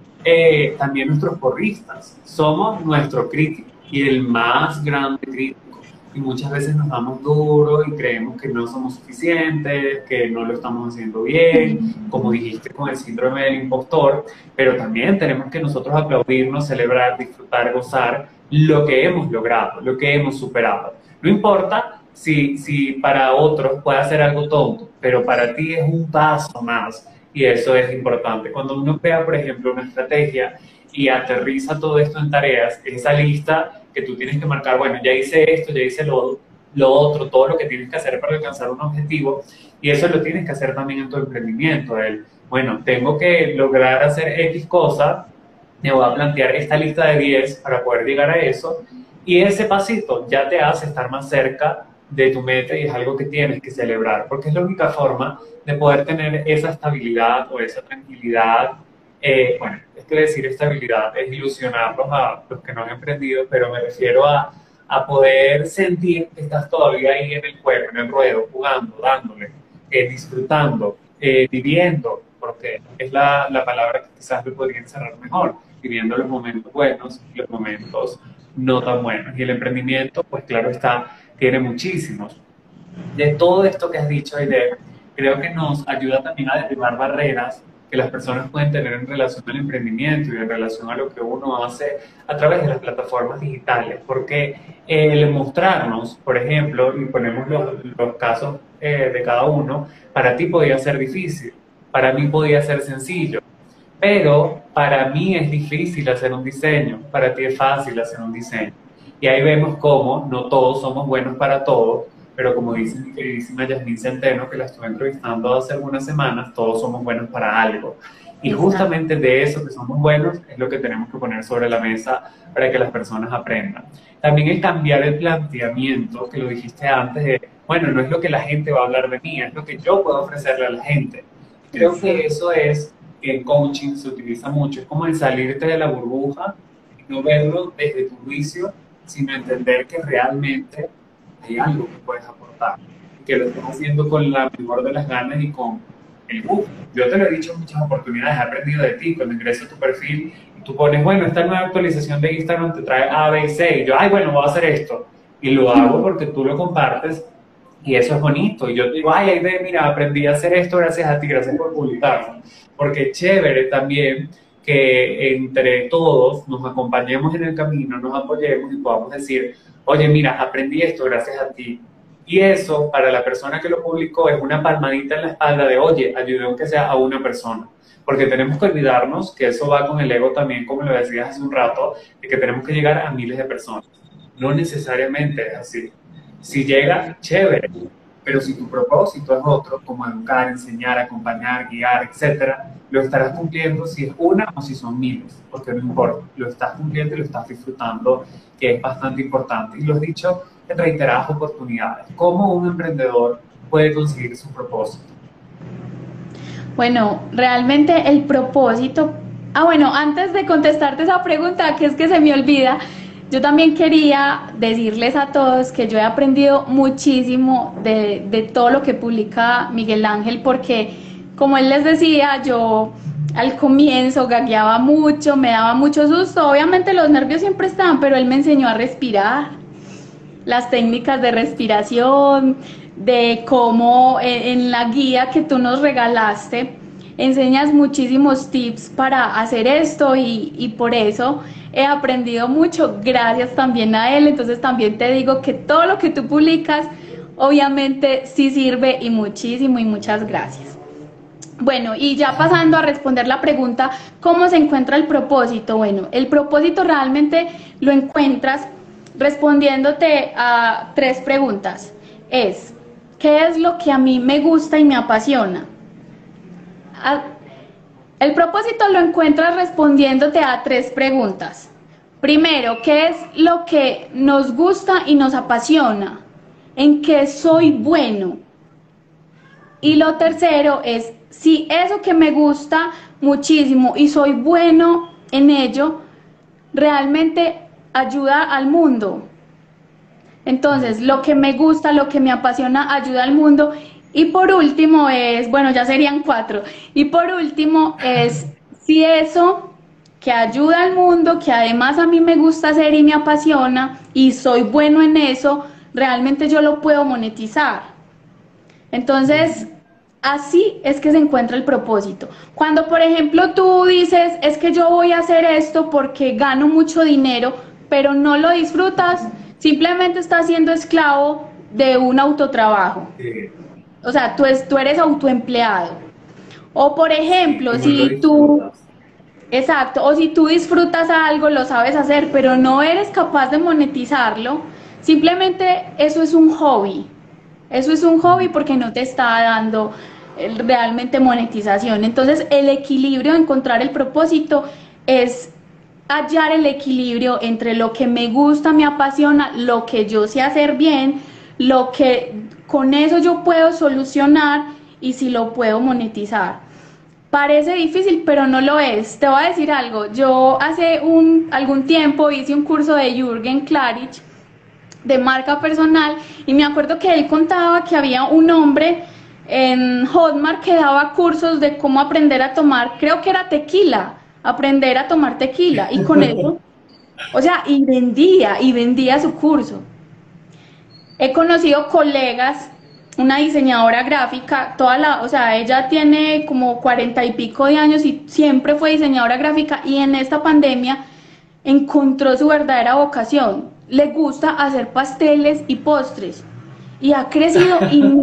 eh, también nuestros porristas, somos nuestro crítico y el más grande crítico. Y muchas veces nos damos duro y creemos que no somos suficientes, que no lo estamos haciendo bien, como dijiste con el síndrome del impostor, pero también tenemos que nosotros aplaudirnos, celebrar, disfrutar, gozar lo que hemos logrado, lo que hemos superado. No importa si, si para otros puede ser algo tonto, pero para ti es un paso más. Y eso es importante. Cuando uno crea, por ejemplo, una estrategia y aterriza todo esto en tareas, esa lista que tú tienes que marcar, bueno, ya hice esto, ya hice lo, lo otro, todo lo que tienes que hacer para alcanzar un objetivo, y eso lo tienes que hacer también en tu emprendimiento. El, bueno, tengo que lograr hacer X cosa, me voy a plantear esta lista de diez para poder llegar a eso, y ese pasito ya te hace estar más cerca de tu meta y es algo que tienes que celebrar, porque es la única forma de poder tener esa estabilidad o esa tranquilidad. Eh, bueno, es que decir estabilidad es ilusionarlos a los que no han emprendido, pero me refiero a, a poder sentir que estás todavía ahí en el juego, en el ruedo, jugando, dándole, eh, disfrutando, eh, viviendo, porque es la, la palabra que quizás lo podría encerrar mejor, viviendo los momentos buenos y los momentos no tan buenos. Y el emprendimiento, pues claro está, tiene muchísimos. De todo esto que has dicho, Aide, creo que nos ayuda también a derribar barreras que las personas pueden tener en relación al emprendimiento y en relación a lo que uno hace a través de las plataformas digitales, porque el mostrarnos, por ejemplo, y ponemos los, los casos eh, de cada uno, para ti podía ser difícil, para mí podía ser sencillo, Pero para mí es difícil hacer un diseño, para ti es fácil hacer un diseño. Y ahí vemos cómo no todos somos buenos para todo, pero como dice mi queridísima Yasmín Centeno, que la estuve entrevistando hace algunas semanas, todos somos buenos para algo. Y justamente de eso que somos buenos es lo que tenemos que poner sobre la mesa para que las personas aprendan. También el cambiar el planteamiento, que lo dijiste antes, de, bueno, no es lo que la gente va a hablar de mí, es lo que yo puedo ofrecerle a la gente. Creo que eso es, que en coaching se utiliza mucho, es como el salirte de la burbuja y no verlo desde tu juicio, sino entender que realmente hay algo que puedes aportar, que lo estás haciendo con la mejor de las ganas y con el gusto. Yo te lo he dicho en muchas oportunidades, he aprendido de ti, cuando ingreso a tu perfil y tú pones, bueno, esta nueva actualización de Instagram te trae A, B y C, y yo, ay, bueno, voy a hacer esto, y lo hago porque tú lo compartes, y eso es bonito, y yo te digo, ay, ay, ve, mira, aprendí a hacer esto gracias a ti, gracias por publicarlo, porque es chévere también que entre todos nos acompañemos en el camino, nos apoyemos y podamos decir, oye, mira, aprendí esto gracias a ti. Y eso, para la persona que lo publicó, es una palmadita en la espalda de, oye, ayudé aunque sea a una persona. Porque tenemos que olvidarnos que eso va con el ego también, como lo decías hace un rato, de que tenemos que llegar a miles de personas. No necesariamente es así. Si llega, chévere. Pero si tu propósito es otro, como educar, enseñar, acompañar, guiar, etcétera, lo estarás cumpliendo si es una o si son miles, porque no importa, lo estás cumpliendo y lo estás disfrutando, que es bastante importante. Y lo has dicho en reiteradas oportunidades. ¿Cómo un emprendedor puede conseguir su propósito? Bueno, realmente el propósito... Ah, bueno, antes de contestarte esa pregunta, que es que se me olvida, yo también quería decirles a todos que yo he aprendido muchísimo de, de todo lo que publica Miguel Ángel, porque como él les decía, yo al comienzo gagueaba mucho, me daba mucho susto, obviamente los nervios siempre están, pero él me enseñó a respirar, las técnicas de respiración, de cómo en, en la guía que tú nos regalaste, enseñas muchísimos tips para hacer esto y, y por eso he aprendido mucho gracias también a él. Entonces también te digo que todo lo que tú publicas obviamente sí sirve y muchísimo y muchas gracias. Bueno, y ya pasando a responder la pregunta, ¿cómo se encuentra el propósito? Bueno, el propósito realmente lo encuentras respondiéndote a tres preguntas. Es, ¿qué es lo que a mí me gusta y me apasiona? El propósito lo encuentras respondiéndote a tres preguntas. Primero, ¿qué es lo que nos gusta y nos apasiona? ¿En qué soy bueno? Y lo tercero es, si eso que me gusta muchísimo y soy bueno en ello, realmente ayuda al mundo. Entonces, lo que me gusta, lo que me apasiona, ayuda al mundo. Y por último es, bueno, ya serían cuatro. Y por último es, si eso que ayuda al mundo, que además a mí me gusta hacer y me apasiona, y soy bueno en eso, realmente yo lo puedo monetizar. Entonces, así es que se encuentra el propósito. Cuando, por ejemplo, tú dices, es que yo voy a hacer esto porque gano mucho dinero, pero no lo disfrutas, simplemente estás siendo esclavo de un autotrabajo. O sea, tú, es, tú eres autoempleado. O por ejemplo, si tú... Exacto, o si tú disfrutas algo, lo sabes hacer, pero no eres capaz de monetizarlo, simplemente eso es un hobby. Eso es un hobby porque no te está dando realmente monetización. Entonces, el equilibrio, encontrar el propósito, es hallar el equilibrio entre lo que me gusta, me apasiona, lo que yo sé hacer bien, lo que con eso yo puedo solucionar y si lo puedo monetizar. Parece difícil, pero no lo es. Te voy a decir algo. Yo hace un, algún tiempo hice un curso de Jürgen Klarich de marca personal y me acuerdo que él contaba que había un hombre en Hotmart que daba cursos de cómo aprender a tomar, creo que era tequila, aprender a tomar tequila, y con eso, o sea, y vendía, y vendía su curso. He conocido colegas, una diseñadora gráfica, toda la, o sea, ella tiene como cuarenta y pico de años y siempre fue diseñadora gráfica, y en esta pandemia encontró su verdadera vocación. Le gusta hacer pasteles y postres y ha crecido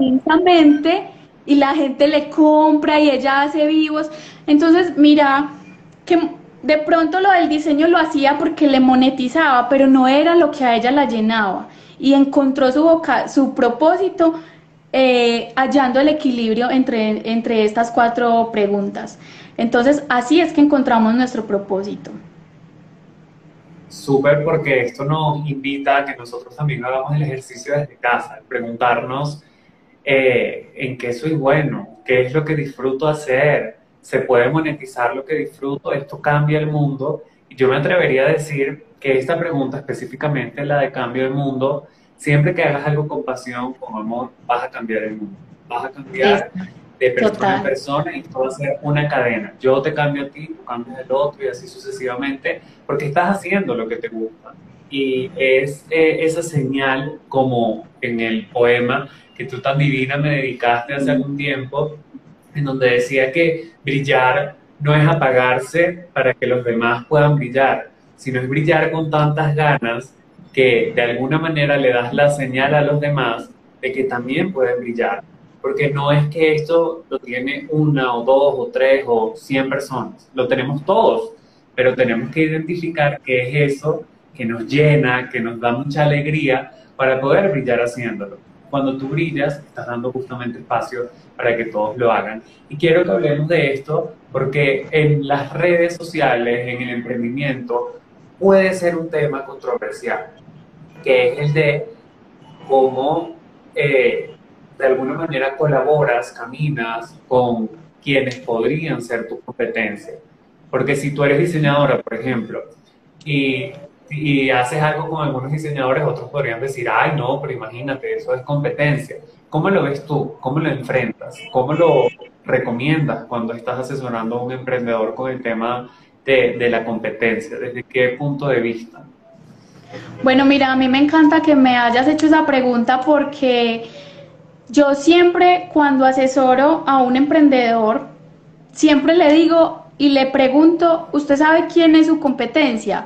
inmensamente y la gente le compra y ella hace vivos. Entonces, mira que de pronto lo del diseño lo hacía porque le monetizaba, pero no era lo que a ella la llenaba. Y encontró su, voca su propósito eh, hallando el equilibrio entre, entre estas cuatro preguntas. Entonces, así es que encontramos nuestro propósito. Súper, porque esto nos invita a que nosotros también hagamos el ejercicio desde casa, preguntarnos eh, en qué soy bueno, qué es lo que disfruto hacer, se puede monetizar lo que disfruto, esto cambia el mundo. Y yo me atrevería a decir que esta pregunta, específicamente la de cambio del mundo, siempre que hagas algo con pasión, con amor, vas a cambiar el mundo, vas a cambiar de persona Total. en persona, y esto va a ser una cadena. Yo te cambio a ti, tú cambias al otro, y así sucesivamente, porque estás haciendo lo que te gusta. Y es eh, esa señal, como en el poema que tú tan divina me dedicaste hace algún tiempo, en donde decía que brillar no es apagarse para que los demás puedan brillar, sino es brillar con tantas ganas que de alguna manera le das la señal a los demás de que también pueden brillar. Porque no es que esto lo tiene una o dos o tres o cien personas, lo tenemos todos, pero tenemos que identificar qué es eso que nos llena, que nos da mucha alegría para poder brillar haciéndolo. Cuando tú brillas, estás dando justamente espacio para que todos lo hagan. Y quiero que hablemos de esto porque en las redes sociales, en el emprendimiento, puede ser un tema controversial, que es el de cómo eh, de alguna manera colaboras, caminas con quienes podrían ser tu competencia. Porque si tú eres diseñadora, por ejemplo, y, y haces algo con algunos diseñadores, otros podrían decir, ay, no, pero imagínate, eso es competencia. ¿Cómo lo ves tú? ¿Cómo lo enfrentas? ¿Cómo lo recomiendas cuando estás asesorando a un emprendedor con el tema de, de la competencia? ¿Desde qué punto de vista? Bueno, mira, a mí me encanta que me hayas hecho esa pregunta porque yo siempre cuando asesoro a un emprendedor, siempre le digo y le pregunto, ¿usted sabe quién es su competencia?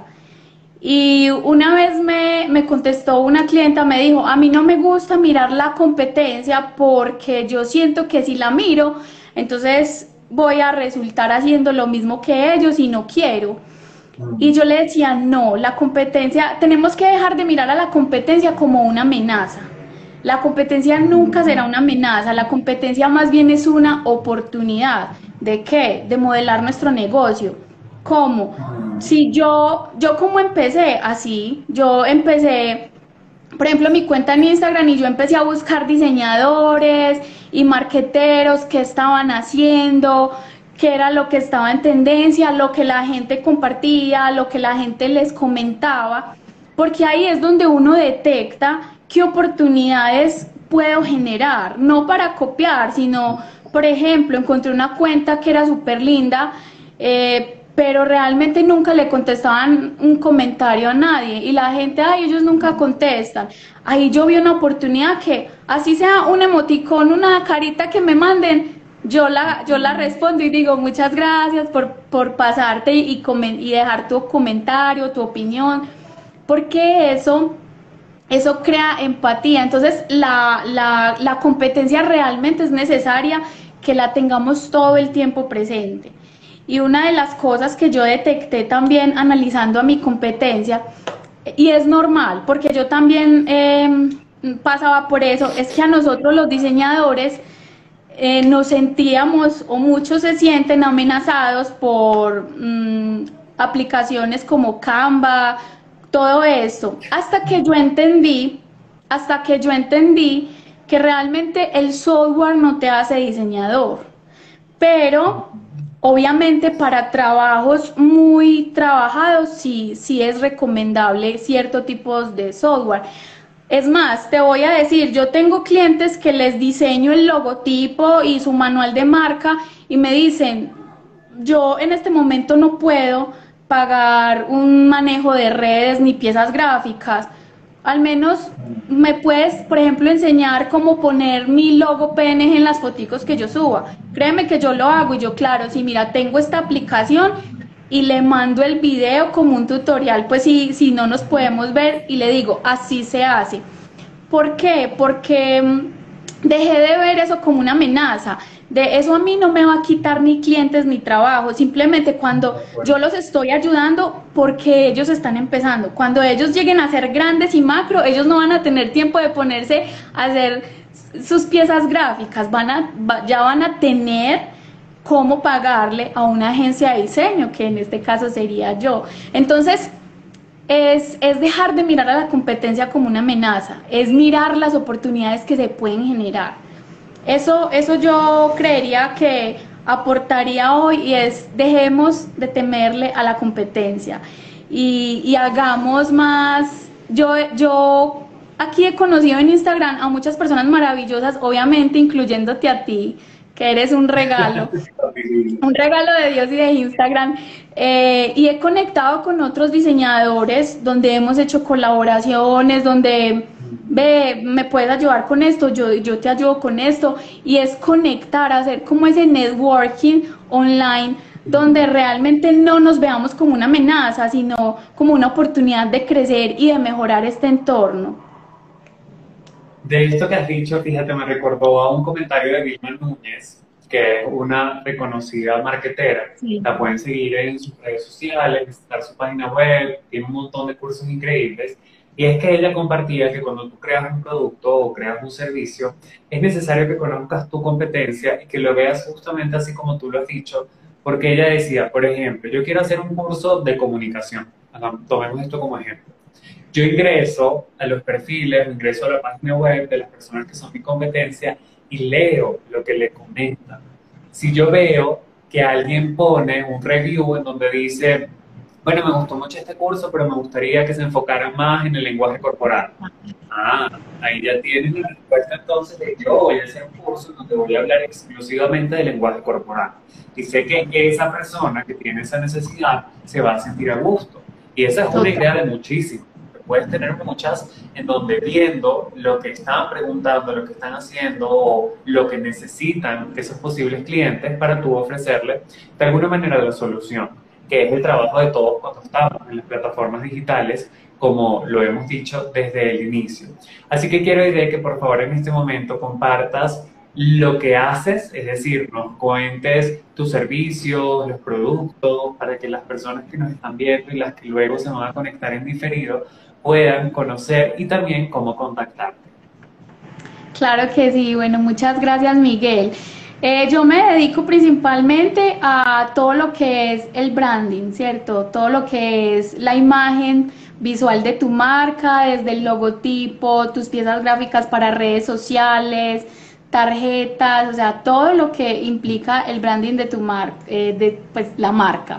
Y una vez me, me contestó una clienta, me dijo, a mí no me gusta mirar la competencia porque yo siento que si la miro, entonces voy a resultar haciendo lo mismo que ellos y no quiero. Y yo le decía, no, la competencia, tenemos que dejar de mirar a la competencia como una amenaza. La competencia nunca será una amenaza, la competencia más bien es una oportunidad. ¿De qué? De modelar nuestro negocio. ¿Cómo? Si yo, yo como empecé así, yo empecé, por ejemplo, mi cuenta en Instagram y yo empecé a buscar diseñadores y marqueteros que estaban haciendo, qué era lo que estaba en tendencia, lo que la gente compartía, lo que la gente les comentaba, porque ahí es donde uno detecta qué oportunidades puedo generar, no para copiar, sino, por ejemplo, encontré una cuenta que era súper linda, eh, pero realmente nunca le contestaban un comentario a nadie, y la gente, ay, ellos nunca contestan. Ahí yo vi una oportunidad que, así sea un emoticón, una carita que me manden, yo la, yo la respondo y digo, muchas gracias por, por pasarte y, y dejar tu comentario, tu opinión, porque eso... Eso crea empatía. Entonces la, la, la competencia realmente es necesaria que la tengamos todo el tiempo presente. Y una de las cosas que yo detecté también analizando a mi competencia, y es normal, porque yo también eh, pasaba por eso, es que a nosotros los diseñadores eh, nos sentíamos, o muchos se sienten amenazados por mmm, aplicaciones como Canva, todo eso, hasta que yo entendí, hasta que yo entendí que realmente el software no te hace diseñador, pero obviamente para trabajos muy trabajados sí, sí es recomendable cierto tipo de software. Es más, te voy a decir, yo tengo clientes que les diseño el logotipo y su manual de marca y me dicen, yo en este momento no puedo pagar un manejo de redes ni piezas gráficas, al menos me puedes, por ejemplo, enseñar cómo poner mi logo P N G en las foticos que yo suba. Créeme que yo lo hago y yo, claro, si mira, tengo esta aplicación y le mando el video como un tutorial, pues si, si no nos podemos ver y le digo, así se hace. ¿Por qué? Porque dejé de ver eso como una amenaza. De eso a mí no me va a quitar ni clientes ni trabajo, simplemente cuando yo los estoy ayudando porque ellos están empezando. Cuando ellos lleguen a ser grandes y macro, ellos no van a tener tiempo de ponerse a hacer sus piezas gráficas, van a, ya van a tener cómo pagarle a una agencia de diseño, que en este caso sería yo. Entonces, es, es dejar de mirar a la competencia como una amenaza, es mirar las oportunidades que se pueden generar. Eso, eso yo creería que aportaría hoy, y es dejemos de temerle a la competencia y, y hagamos más. Yo, yo aquí he conocido en Instagram a muchas personas maravillosas, obviamente incluyéndote a ti, que eres un regalo, un regalo de Dios y de Instagram, eh, y he conectado con otros diseñadores donde hemos hecho colaboraciones, donde ve, me puedes ayudar con esto, yo, yo te ayudo con esto, y es conectar, hacer como ese networking online, donde realmente no nos veamos como una amenaza, sino como una oportunidad de crecer y de mejorar este entorno. De esto que has dicho, fíjate, me recordó a un comentario de Vilma Núñez, que es una reconocida marketera. Sí. La pueden seguir en sus redes sociales, visitar su página web, tiene un montón de cursos increíbles. Y es que ella compartía que cuando tú creas un producto o creas un servicio, es necesario que conozcas tu competencia y que lo veas justamente así como tú lo has dicho, porque ella decía, por ejemplo, yo quiero hacer un curso de comunicación. Tomemos esto como ejemplo. Yo ingreso a los perfiles, ingreso a la página web de las personas que son mi competencia y leo lo que le comentan. Si yo veo que alguien pone un review en donde dice, bueno, me gustó mucho este curso, pero me gustaría que se enfocara más en el lenguaje corporal. Ah, ahí ya tienes la respuesta entonces de yo voy a hacer un curso en donde voy a hablar exclusivamente del lenguaje corporal. Y sé que esa persona que tiene esa necesidad se va a sentir a gusto. Y esa es una idea de muchísimo. Puedes tener muchas en donde viendo lo que están preguntando, lo que están haciendo o lo que necesitan esos posibles clientes para tú ofrecerle de alguna manera la solución, que es el trabajo de todos cuando estamos en las plataformas digitales, como lo hemos dicho desde el inicio. Así que quiero ir de que por favor en este momento compartas lo que haces, es decir, nos cuentes tus servicios, los productos, para que las personas que nos están viendo y las que luego se van a conectar en diferido puedan conocer y también cómo contactarte. Claro que sí, bueno, muchas gracias, Miguel. Eh, yo me dedico principalmente a todo lo que es el branding, ¿cierto? Todo lo que es la imagen visual de tu marca, desde el logotipo, tus piezas gráficas para redes sociales, tarjetas, o sea, todo lo que implica el branding de tu marca, eh, de pues, la marca.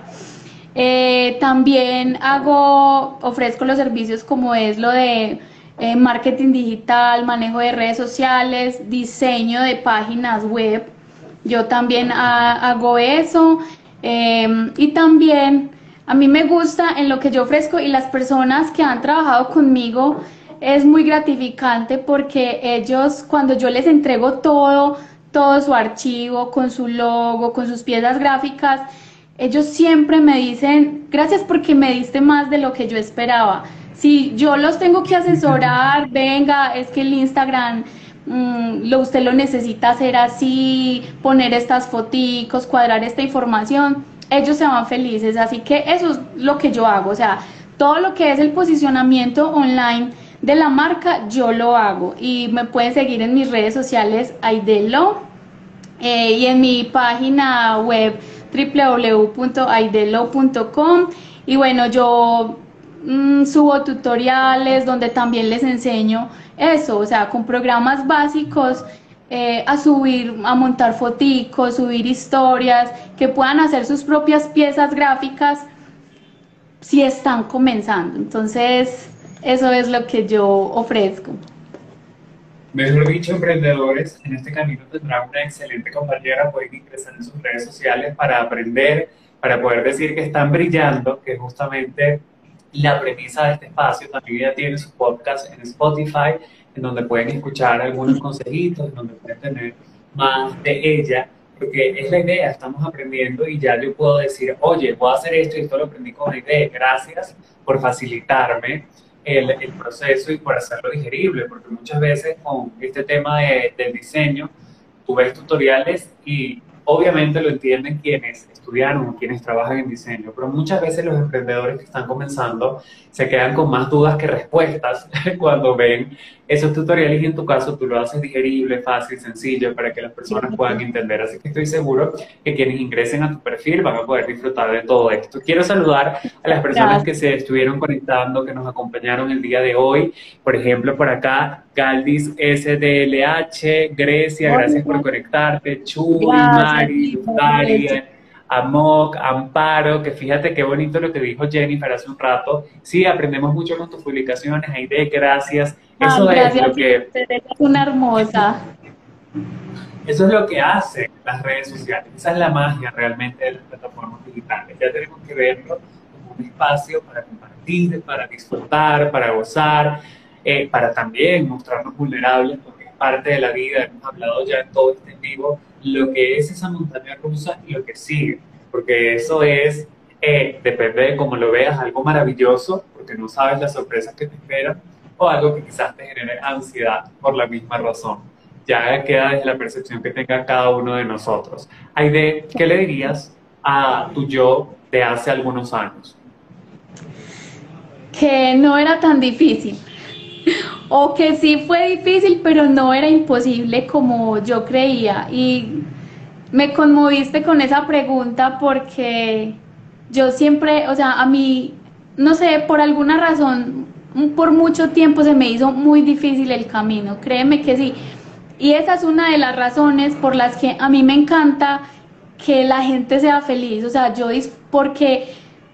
Eh, también hago, ofrezco los servicios como es lo de eh, marketing digital, manejo de redes sociales, diseño de páginas web. Yo también ha, hago eso, eh, y también a mí me gusta en lo que yo ofrezco, y las personas que han trabajado conmigo es muy gratificante porque ellos, cuando yo les entrego todo, todo su archivo con su logo, con sus piezas gráficas, ellos siempre me dicen, gracias porque me diste más de lo que yo esperaba. Si yo los tengo que asesorar, venga, es que el Instagram, mmm, lo, usted lo necesita hacer así, poner estas foticos, cuadrar esta información, ellos se van felices. Así que eso es lo que yo hago, o sea, todo lo que es el posicionamiento online de la marca, yo lo hago. Y me pueden seguir en mis redes sociales, Aidelo, eh, y en mi página web, w w w punto aidelo punto com, y bueno, yo mmm, subo tutoriales donde también les enseño eso, o sea, con programas básicos, eh, a subir, a montar foticos, subir historias, que puedan hacer sus propias piezas gráficas si están comenzando. Entonces, eso es lo que yo ofrezco. Mejor dicho, emprendedores, en este camino tendrán una excelente compañera, pueden ingresar en sus redes sociales para aprender, para poder decir que están brillando, que es justamente la premisa de este espacio. También ya tiene su podcast en Spotify, en donde pueden escuchar algunos consejitos, en donde pueden tener más de ella, porque es la idea, estamos aprendiendo y ya yo puedo decir, oye, puedo hacer esto y esto lo aprendí con una idea, gracias por facilitarme el, el proceso y por hacerlo digerible, porque muchas veces con este tema de, del diseño, tú ves tutoriales y obviamente lo entienden quienes estudiaron o quienes trabajan en diseño, pero muchas veces los emprendedores que están comenzando se quedan con más dudas que respuestas cuando ven esos tutoriales y en tu caso tú lo haces digerible, fácil, sencillo para que las personas puedan entender. Así que estoy seguro que quienes ingresen a tu perfil van a poder disfrutar de todo esto. Quiero saludar a las personas que se estuvieron conectando, que nos acompañaron el día de hoy. Por ejemplo, por acá, Galdis S D L H, Grecia, gracias por conectarte, Chuy, Mari, Luzdaria, Amok, Amparo, que fíjate qué bonito lo que dijo Jennifer hace un rato. Sí, aprendemos mucho con tus publicaciones, Aide, gracias. Eso Ay, es gracias, lo que... eres una hermosa. Eso es lo que hacen las redes sociales. Esa es la magia realmente de las plataformas digitales. Ya tenemos que verlo como un espacio para compartir, para disfrutar, para gozar, eh, para también mostrarnos vulnerables, porque es parte de la vida. Hemos hablado ya en todo este en vivo lo que es esa montaña rusa y lo que sigue, porque eso es, eh, depende de cómo lo veas, algo maravilloso, porque no sabes las sorpresas que te esperan, o algo que quizás te genere ansiedad por la misma razón. Ya queda desde la percepción que tenga cada uno de nosotros. Aide, ¿qué le dirías a tu yo de hace algunos años? Que no era tan difícil. O que sí fue difícil, pero no era imposible como yo creía. Y me conmoviste con esa pregunta porque yo siempre, o sea, a mí, no sé, por alguna razón, por mucho tiempo se me hizo muy difícil el camino, créeme que sí. Y esa es una de las razones por las que a mí me encanta que la gente sea feliz, o sea, yo, porque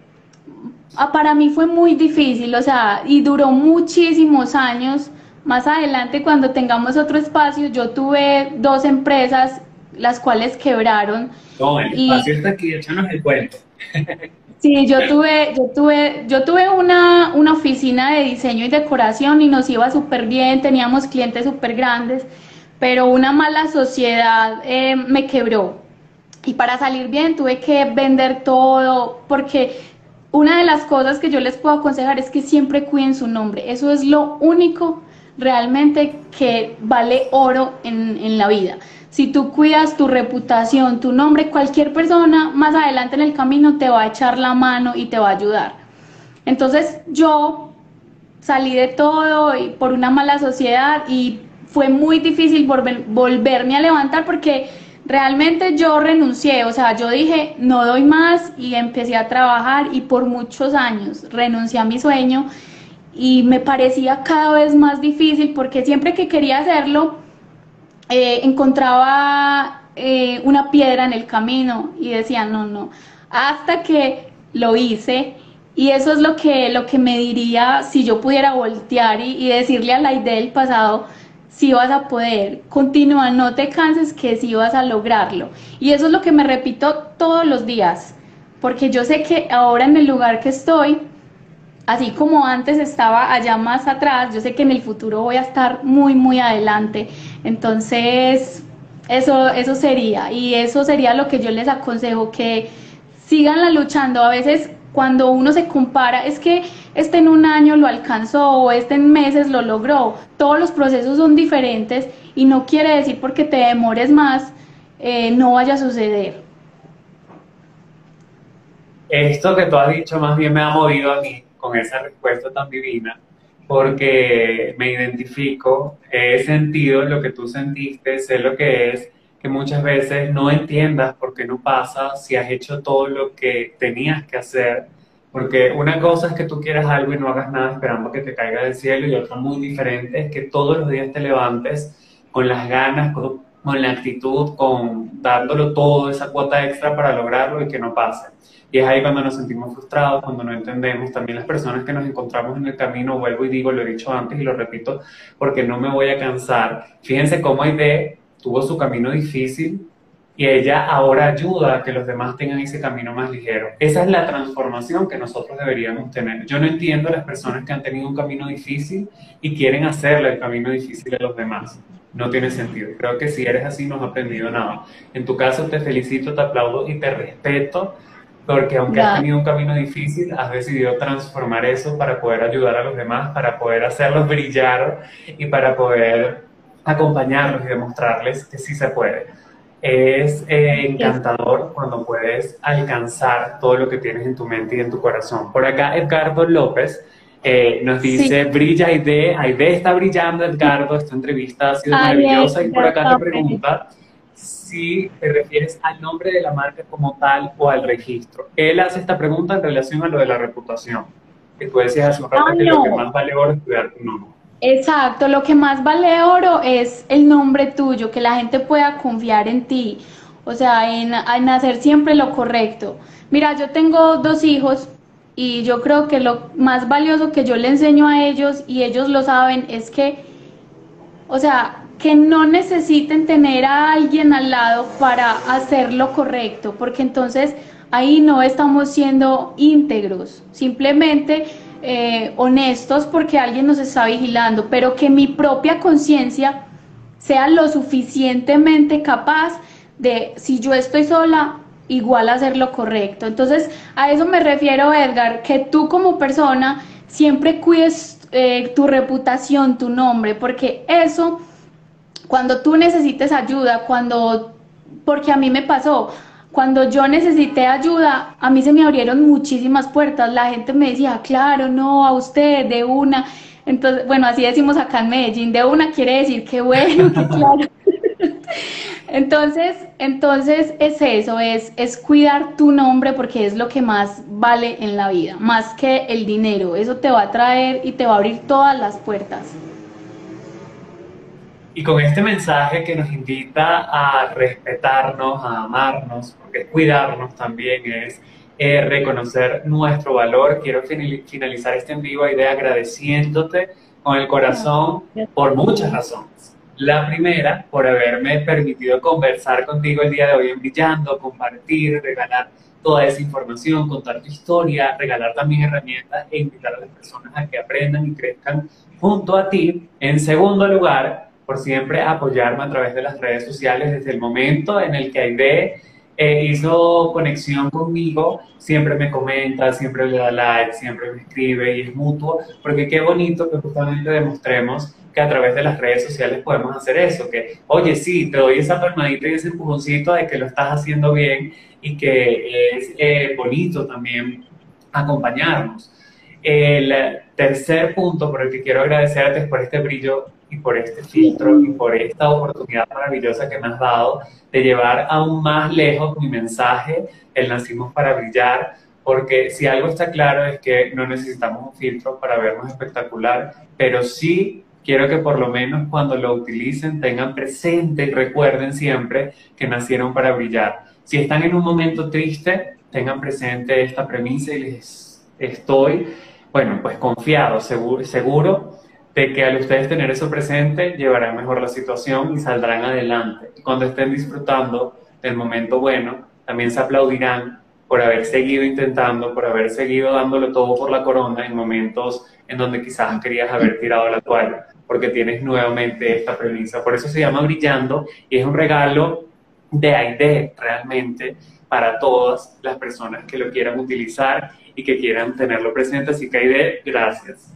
para mí fue muy difícil, o sea, y duró muchísimos años. Más adelante, cuando tengamos otro espacio, yo tuve dos empresas, las cuales quebraron. No, el y, espacio está aquí, échanos el cuento. Sí, yo tuve, yo tuve, yo tuve una, una oficina de diseño y decoración y nos iba súper bien, teníamos clientes súper grandes, pero una mala sociedad eh, me quebró. Y para salir bien tuve que vender todo, porque una de las cosas que yo les puedo aconsejar es que siempre cuiden su nombre. Eso es lo único realmente que vale oro en, en la vida. Si tú cuidas tu reputación, tu nombre, cualquier persona más adelante en el camino te va a echar la mano y te va a ayudar. Entonces yo salí de todo y por una mala sociedad y fue muy difícil volver, volverme a levantar porque realmente yo renuncié, o sea, yo dije no doy más y empecé a trabajar y por muchos años renuncié a mi sueño y me parecía cada vez más difícil porque siempre que quería hacerlo eh, encontraba eh, una piedra en el camino y decía no, no, hasta que lo hice. Y eso es lo que, lo que me diría si yo pudiera voltear y, y decirle a la idea del pasado, si vas a poder, continúa, no te canses, que sí vas a lograrlo. Y eso es lo que me repito todos los días, porque yo sé que ahora en el lugar que estoy, así como antes estaba allá más atrás, yo sé que en el futuro voy a estar muy, muy adelante. Entonces, eso, eso sería, y eso sería lo que yo les aconsejo, que sigan luchando. A veces cuando uno se compara, es que este en un año lo alcanzó o este en meses lo logró. Todos los procesos son diferentes y no quiere decir porque te demores más, eh, no vaya a suceder. Esto que tú has dicho más bien me ha movido a mí con esa respuesta tan divina, porque me identifico, he sentido lo que tú sentiste, sé lo que es que muchas veces no entiendas por qué no pasa si has hecho todo lo que tenías que hacer, porque una cosa es que tú quieras algo y no hagas nada esperando que te caiga del cielo, y otra muy diferente es que todos los días te levantes con las ganas, con, con la actitud, con dándolo todo, esa cuota extra para lograrlo y que no pase. Y es ahí cuando nos sentimos frustrados, cuando no entendemos. También las personas que nos encontramos en el camino, vuelvo y digo, lo he dicho antes y lo repito porque no me voy a cansar. Fíjense cómo Aide tuvo su camino difícil y ella ahora ayuda a que los demás tengan ese camino más ligero. Esa es la transformación que nosotros deberíamos tener. Yo no entiendo a las personas que han tenido un camino difícil y quieren hacerle el camino difícil a los demás. No tiene sentido. Creo que si eres así no has aprendido nada. En tu caso te felicito, te aplaudo y te respeto porque aunque has Gracias. tenido un camino difícil, has decidido transformar eso para poder ayudar a los demás, para poder hacerlos brillar y para poder acompañarlos y demostrarles que sí se puede. Es eh, encantador cuando puedes alcanzar todo lo que tienes en tu mente y en tu corazón. Por acá Edgardo López eh, nos Sí, dice, brilla Aide, Aide está brillando Edgardo, esta entrevista ha sido ay, eh, maravillosa y por ya acá te está feliz. pregunta si te refieres al nombre de la marca como tal o al registro. Él hace esta pregunta en relación a lo de la reputación, que tú decías hace un Ah, rato que lo que no. más vale ahora es cuidar tu nombre. Exacto, lo que más vale oro es el nombre tuyo, que la gente pueda confiar en ti, o sea, en, en hacer siempre lo correcto. Mira, yo tengo dos hijos y yo creo que lo más valioso que yo le enseño a ellos, y ellos lo saben, es que, o sea, que no necesiten tener a alguien al lado para hacer lo correcto, porque entonces ahí no estamos siendo íntegros, simplemente eh, honestos porque alguien nos está vigilando, pero que mi propia conciencia sea lo suficientemente capaz de, si yo estoy sola, igual hacer lo correcto. Entonces, a eso me refiero, Edgar, que tú como persona siempre cuides eh, tu reputación, tu nombre, porque eso cuando tú necesites ayuda, cuando, porque a mí me pasó, cuando yo necesité ayuda, a mí se me abrieron muchísimas puertas, la gente me decía, claro, no, a usted, de una, entonces, bueno, así decimos acá en Medellín, de una quiere decir que bueno, que claro. Entonces, entonces es eso, es, es cuidar tu nombre porque es lo que más vale en la vida, más que el dinero, eso te va a traer y te va a abrir todas las puertas. Y con este mensaje que nos invita a respetarnos, a amarnos, porque cuidarnos también es eh, reconocer nuestro valor, quiero finalizar este en vivo idea agradeciéndote con el corazón por muchas razones. La primera, por haberme permitido conversar contigo el día de hoy en Brillando, compartir, regalar toda esa información, contar tu historia, regalar también herramientas e invitar a las personas a que aprendan y crezcan junto a ti. En segundo lugar, por siempre apoyarme a través de las redes sociales desde el momento en el que Aide eh, hizo conexión conmigo, siempre me comenta, siempre le da like, siempre me escribe y es mutuo, porque qué bonito que justamente demostremos que a través de las redes sociales podemos hacer eso, que oye, sí, te doy esa palmadita y ese empujoncito de que lo estás haciendo bien y que es eh, bonito también acompañarnos. El tercer punto por el que quiero agradecerte es por este brillo y por este filtro y por esta oportunidad maravillosa que me has dado de llevar aún más lejos mi mensaje, el nacimos para brillar, porque si algo está claro es que no necesitamos un filtro para vernos espectacular, pero sí quiero que por lo menos cuando lo utilicen tengan presente y recuerden siempre que nacieron para brillar. Si están en un momento triste, tengan presente esta premisa y les estoy, bueno, pues confiado, seguro, seguro de que al ustedes tener eso presente, llevarán mejor la situación y saldrán adelante. Y cuando estén disfrutando del momento bueno, también se aplaudirán por haber seguido intentando, por haber seguido dándolo todo por la corona en momentos en donde quizás querías haber tirado la toalla, porque tienes nuevamente esta premisa. Por eso se llama Brillando y es un regalo de Aide realmente para todas las personas que lo quieran utilizar y que quieran tenerlo presente. Así que Aide, gracias.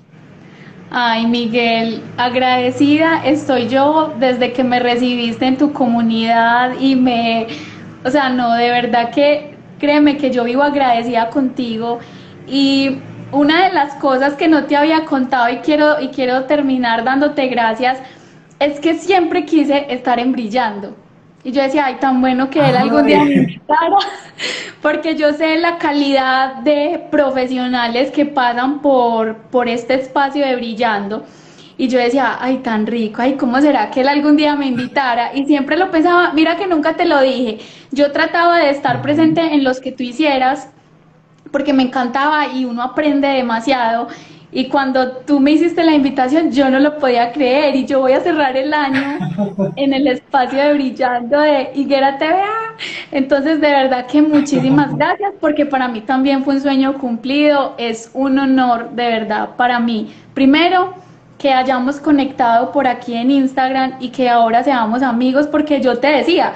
Ay, Miguel, agradecida estoy yo desde que me recibiste en tu comunidad y me, o sea, no, de verdad que créeme que yo vivo agradecida contigo. Y una de las cosas que no te había contado y quiero, y quiero terminar dándote gracias es que siempre quise estar en Brillando. Y yo decía, ay, tan bueno que él algún día me Ay. invitara, porque yo sé la calidad de profesionales que pasan por, por este espacio de Brillando. Y yo decía, ay, tan rico, ay, ¿cómo será que él algún día me invitara? Y siempre lo pensaba, mira que nunca te lo dije. Yo trataba de estar presente en los que tú hicieras, porque me encantaba y uno aprende demasiado. Y cuando tú me hiciste la invitación, yo no lo podía creer y yo voy a cerrar el año en el espacio de Brillando de Higuera T V A. Entonces, de verdad que muchísimas gracias porque para mí también fue un sueño cumplido. Es un honor, de verdad, para mí. Primero, que hayamos conectado por aquí en Instagram y que ahora seamos amigos, porque yo te decía,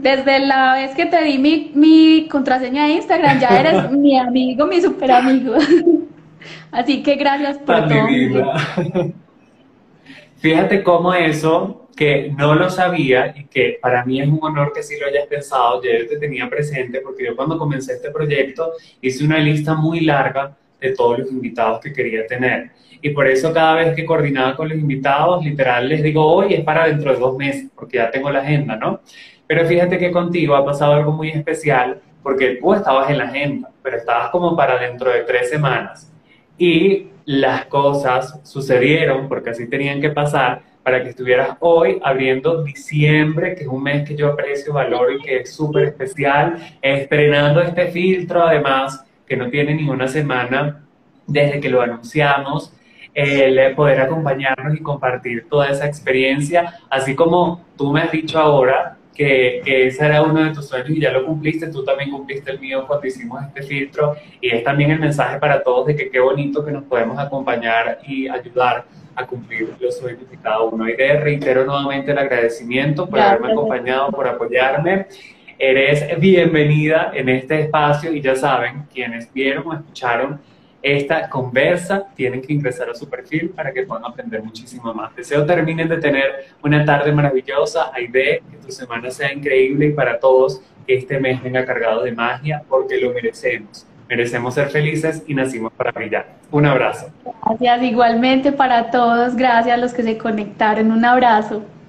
Desde la vez que te di mi, mi contraseña de Instagram, ya eres mi amigo, mi super amigo. Así que gracias por Tan todo, Miguel. divina. Fíjate cómo eso, que no lo sabía y que para mí es un honor que sí lo hayas pensado, yo te tenía presente porque yo cuando comencé este proyecto hice una lista muy larga de todos los invitados que quería tener. Y por eso cada vez que coordinaba con los invitados, literal les digo, oye, es para dentro de dos meses, porque ya tengo la agenda, ¿no? Pero fíjate que contigo ha pasado algo muy especial, porque tú estabas en la agenda, pero estabas como para dentro de tres semanas. Y las cosas sucedieron, porque así tenían que pasar, para que estuvieras hoy abriendo diciembre, que es un mes que yo aprecio, valoro y que es súper especial, estrenando este filtro, además, que no tiene ni una semana desde que lo anunciamos, el poder acompañarnos y compartir toda esa experiencia, así como tú me has dicho ahora que, que ese era uno de tus sueños y ya lo cumpliste, tú también cumpliste el mío cuando hicimos este filtro, y es también el mensaje para todos de que qué bonito que nos podemos acompañar y ayudar a cumplir los sueños de cada uno. Y te reitero nuevamente el agradecimiento por Gracias. haberme acompañado, por apoyarme. Eres bienvenida en este espacio y ya saben, quienes vieron o escucharon esta conversa tienen que ingresar a su perfil para que puedan aprender muchísimo más. Deseo terminen de tener una tarde maravillosa. Aide, que tu semana sea increíble y para todos que este mes venga cargado de magia porque lo merecemos. Merecemos ser felices y nacimos para brillar. Un abrazo. Gracias igualmente para todos. Gracias a los que se conectaron. Un abrazo.